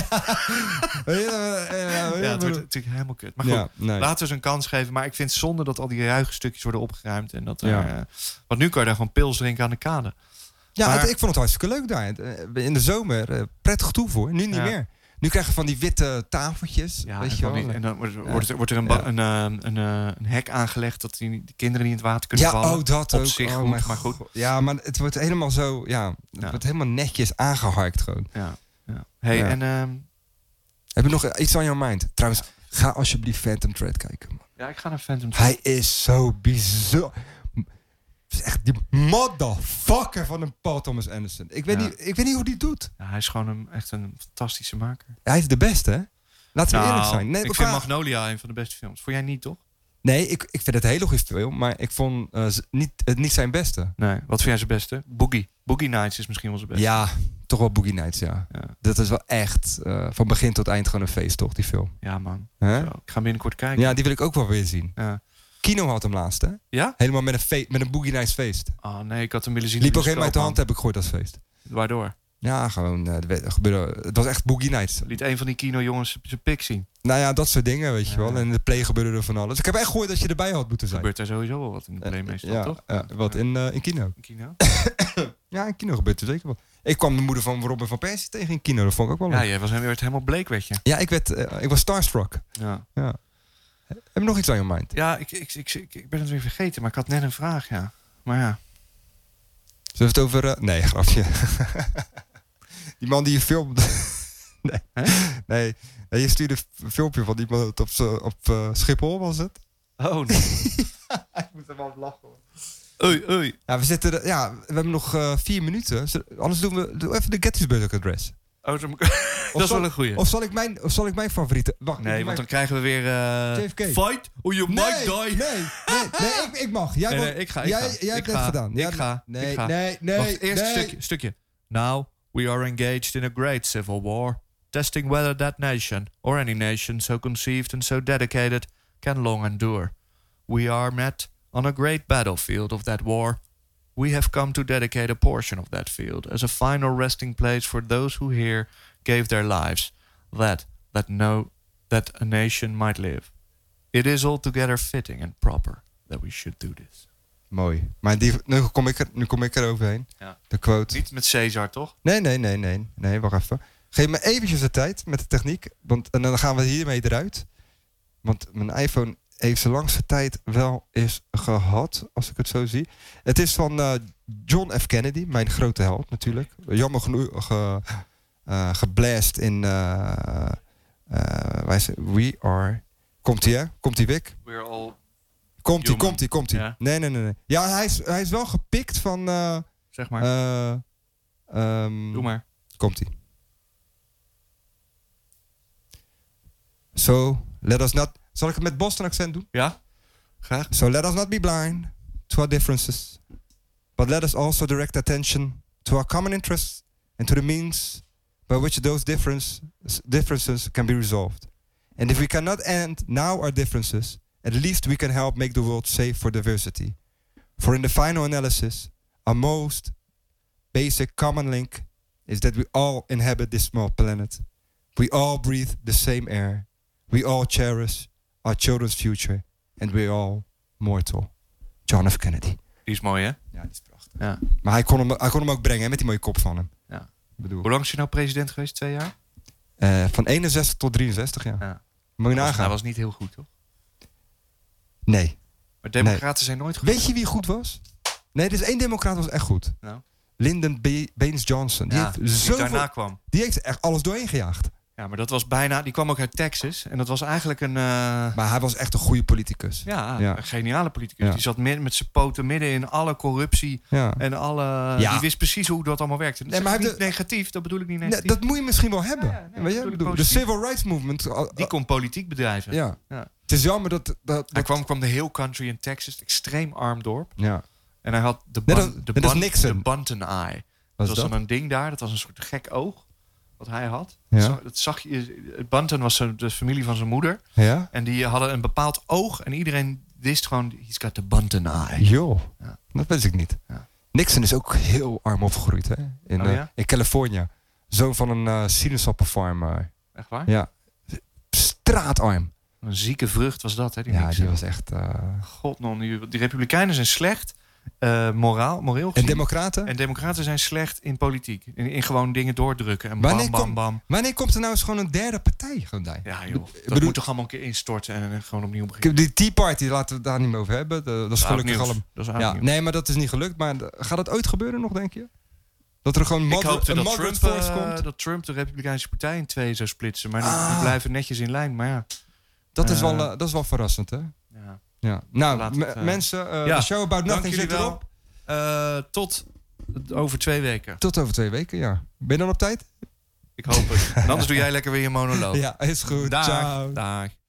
het wordt natuurlijk helemaal kut. Maar goed, ja, nee. laten we ze een kans geven. Maar ik vind het zonde dat al die ruige stukjes worden opgeruimd. En dat er, ja. uh, want nu kan je daar gewoon pils drinken aan de kade. Ja, maar, het, ik vond het hartstikke leuk daar. In de zomer, uh, prettig toe voor. Nu niet ja. meer. Nu krijg je van die witte tafeltjes. Ja, weet en, je wel. Die, en dan wordt, ja. wordt, er, wordt er een, ba- ja. een, een, een, een hek aangelegd dat die, die kinderen niet in het water kunnen ja, vallen. Oh, dat op ook. zich oh, goed, maar maar goed. Ja, maar het wordt helemaal zo... Ja, het ja. wordt helemaal netjes aangeharkt gewoon. Ja. ja. Hey, ja. en... Um... Heb je nog iets aan jouw mind? Trouwens, ja. ga alsjeblieft Phantom Thread kijken, man. Ja, ik ga naar Phantom Thread. Hij is zo bizar. Het is echt die motherfucker van een Paul Thomas Anderson. Ik weet, ja. niet, ik weet niet hoe die doet. Ja, hij is gewoon een, echt een fantastische maker. Ja, hij is de beste, hè? Laten we nou, eerlijk zijn. Nee, ik elkaar... vind Magnolia een van de beste films. Vond jij niet, toch? Nee, ik, ik vind het een hele goede film. Maar ik vond uh, niet, het niet zijn beste. Nee, wat vind jij zijn beste? Boogie. Boogie Nights is misschien wel zijn beste. Ja, toch wel Boogie Nights, ja. ja. Dat is wel echt uh, van begin tot eind gewoon een feest, toch, die film? Ja, man. Huh? Zo, ik ga binnenkort kijken. Ja, die wil ik ook wel weer zien. Ja. Kino had hem laatst, hè? Ja? Helemaal met een, fe- met een Boogie Nights feest. Oh nee, ik had hem willen zien. Liep ook helemaal uit de hand, heb ik gehoord, als feest. Waardoor? Ja, gewoon. Uh, er gebeurde, het was echt Boogie Nights. Liet een van die kinojongens zijn pik zien. Nou ja, dat soort dingen, weet je ja. wel. En in de play gebeurde er van alles. Ik heb echt gehoord dat je erbij had moeten zijn. Gebeurt er sowieso wel wat in de play meestal, ja, toch? Ja, wat in, uh, in kino. In kino? Ja, in kino gebeurt er zeker wat. Ik kwam de moeder van Robin van Persie tegen in kino. Dat vond ik ook wel leuk. Ja, jij was werd helemaal bleek, weet je. Ja, ik, werd, uh, ik was starstruck. Ja. ja. Heb je nog iets aan je mind? Ja, ik, ik, ik, ik, ik ben het weer vergeten, maar ik had net een vraag, ja. Maar ja. Zullen we het over... Uh, nee, grapje. Die man die je filmde... nee. nee. Nee, je stuurde een filmpje van iemand op, op uh, Schiphol, was het? Oh, nee. Ik moet er wel lachen, hoor. Oei, oei. Ja, we, zitten er, ja, we hebben nog uh, vier minuten. Anders doen we doe even de Gettysburg Address. Oh, dat is wel een goeie. Of zal ik mijn, of zal ik mijn favoriete... Wacht, nee, want mijn... dan krijgen we weer... Uh, J F K. Fight or you nee, might die. Nee, nee, nee, ik, ik mag. Jij, nee, mag, nee, ik ga, ik jij, ga. jij ik hebt het gedaan. Ik jij, ga. Nee, ik ga. nee, nee. Wacht, eerst nee. Stukje, stukje. Now we are engaged in a great civil war. Testing whether that nation, or any nation so conceived and so dedicated, can long endure. We are met on a great battlefield of that war. We have come to dedicate a portion of that field as a final resting place for those who here gave their lives, that that no that a nation might live. It is altogether fitting and proper that we should do this. Mooi. Maar die, nu, kom ik er, nu kom ik er overheen. Ja. De quote. Niet met Caesar, toch? Nee, nee, nee, nee. Nee, wacht even. Geef me eventjes de tijd met de techniek. Want, en dan gaan we hiermee eruit. Want mijn iPhone heeft zijn langste tijd wel eens gehad, als ik het zo zie. Het is van uh, John F. Kennedy, mijn grote held natuurlijk. Jammer genoeg ge, uh, geblast in... Uh, uh, wij zijn, we are... Komt-ie, hè? Komt-ie, Wick? We're all... Komt-ie, komt-ie, komt-ie. Ja. Nee, nee, nee, nee. Ja, hij is, hij is wel gepikt van... Uh, zeg maar. Uh, um, Doe maar. Komt-ie. So, let us not... Zal ik het met Boston accent doen? Ja, graag. So let us not be blind to our differences, but let us also direct attention to our common interests and to the means by which those difference, differences can be resolved. And if we cannot end now our differences, at least we can help make the world safe for diversity. For in the final analysis, our most basic common link is that we all inhabit this small planet. We all breathe the same air. We all cherish our children's future. And we're all mortal. John F. Kennedy. Die is mooi, hè? Ja, die is prachtig. Ja. Maar hij kon, hem, hij kon hem ook brengen, hè, met die mooie kop van hem. Ja. Ik bedoel. Hoe lang is hij nou president geweest? Twee jaar? Uh, van eenenzestig tot drieënzestig, ja. ja. Moet je dat nagaan. Was, dat was niet heel goed, toch? Nee. Maar democraten nee. zijn nooit goed. Weet je wie goed was? Nee, er is één democraat was echt goed. Nou? Lyndon B. Baines Johnson. Die, ja, heeft die zoveel, daarna kwam. Die heeft echt alles doorheen gejaagd. Ja, maar dat was bijna... Die kwam ook uit Texas. En dat was eigenlijk een... Uh, maar hij was echt een goede politicus. Ja, ja. een geniale politicus. Ja. Die zat met, met zijn poten midden in alle corruptie. Ja. En alle... Ja. Die wist precies hoe dat allemaal werkte. Dat nee, is maar niet de, negatief. Dat bedoel ik niet negatief. Nee, dat moet je misschien wel hebben. Ja, ja, nee, Weet je? Bedoel, de Civil Rights Movement. Uh, die kon politiek bedrijven. Ja. ja. Het is jammer dat... dat, dat hij kwam, kwam de heel country in Texas. Extreem arm dorp. Ja. En hij had de, bun, bun, de, bun, de Bunton Eye. Dat was dat? dan een ding daar. Dat was een soort gek oog. Wat hij had. Ja. Dat, dat zag je. Bunton was de familie van zijn moeder. Ja. En die hadden een bepaald oog. En iedereen wist gewoon, he's got the Bunton eye. Joh, ja. dat wist ik niet. Ja. Nixon is ook heel arm opgegroeid, hè? In, oh, ja? uh, in Californië. Zoon van een uh, sinaasappelfarm. Uh. Echt waar? Ja. Straatarm. Een zieke vrucht was dat, hè? Die ja, Nixon. die was echt... Uh... God, non, die, die Republikeinen zijn slecht. Uh, moraal, moreel gezien. En democraten? En democraten zijn slecht in politiek. In, in gewoon dingen doordrukken. En wanneer bam, kom, bam, bam. Wanneer komt er nou eens gewoon een derde partij? Gewoon daar? Ja, joh. Dat bedoel, moet toch allemaal een keer instorten en gewoon opnieuw beginnen. Die Tea Party, laten we het daar niet meer over hebben. Dat is gelukkig allemaal. Dat is ja, nee, maar dat is niet gelukt. Maar gaat dat ooit gebeuren nog, denk je? Dat er gewoon moderate, ik hoopte een dat Trump, uh, komt? dat Trump de Republikeinse Partij in twee zou splitsen. Maar ah. die, die blijven netjes in lijn. Maar ja. Dat, uh, is, wel, uh, dat is wel verrassend, hè? Ja. Ja. Nou, het, uh, mensen, uh, ja. de show About Nothing zit erop. Uh, tot over twee weken. Tot over twee weken, ja. Ben je dan op tijd? Ik hoop het. En anders doe jij lekker weer je monoloog. Ja, is goed. Dag. Ciao. Dag.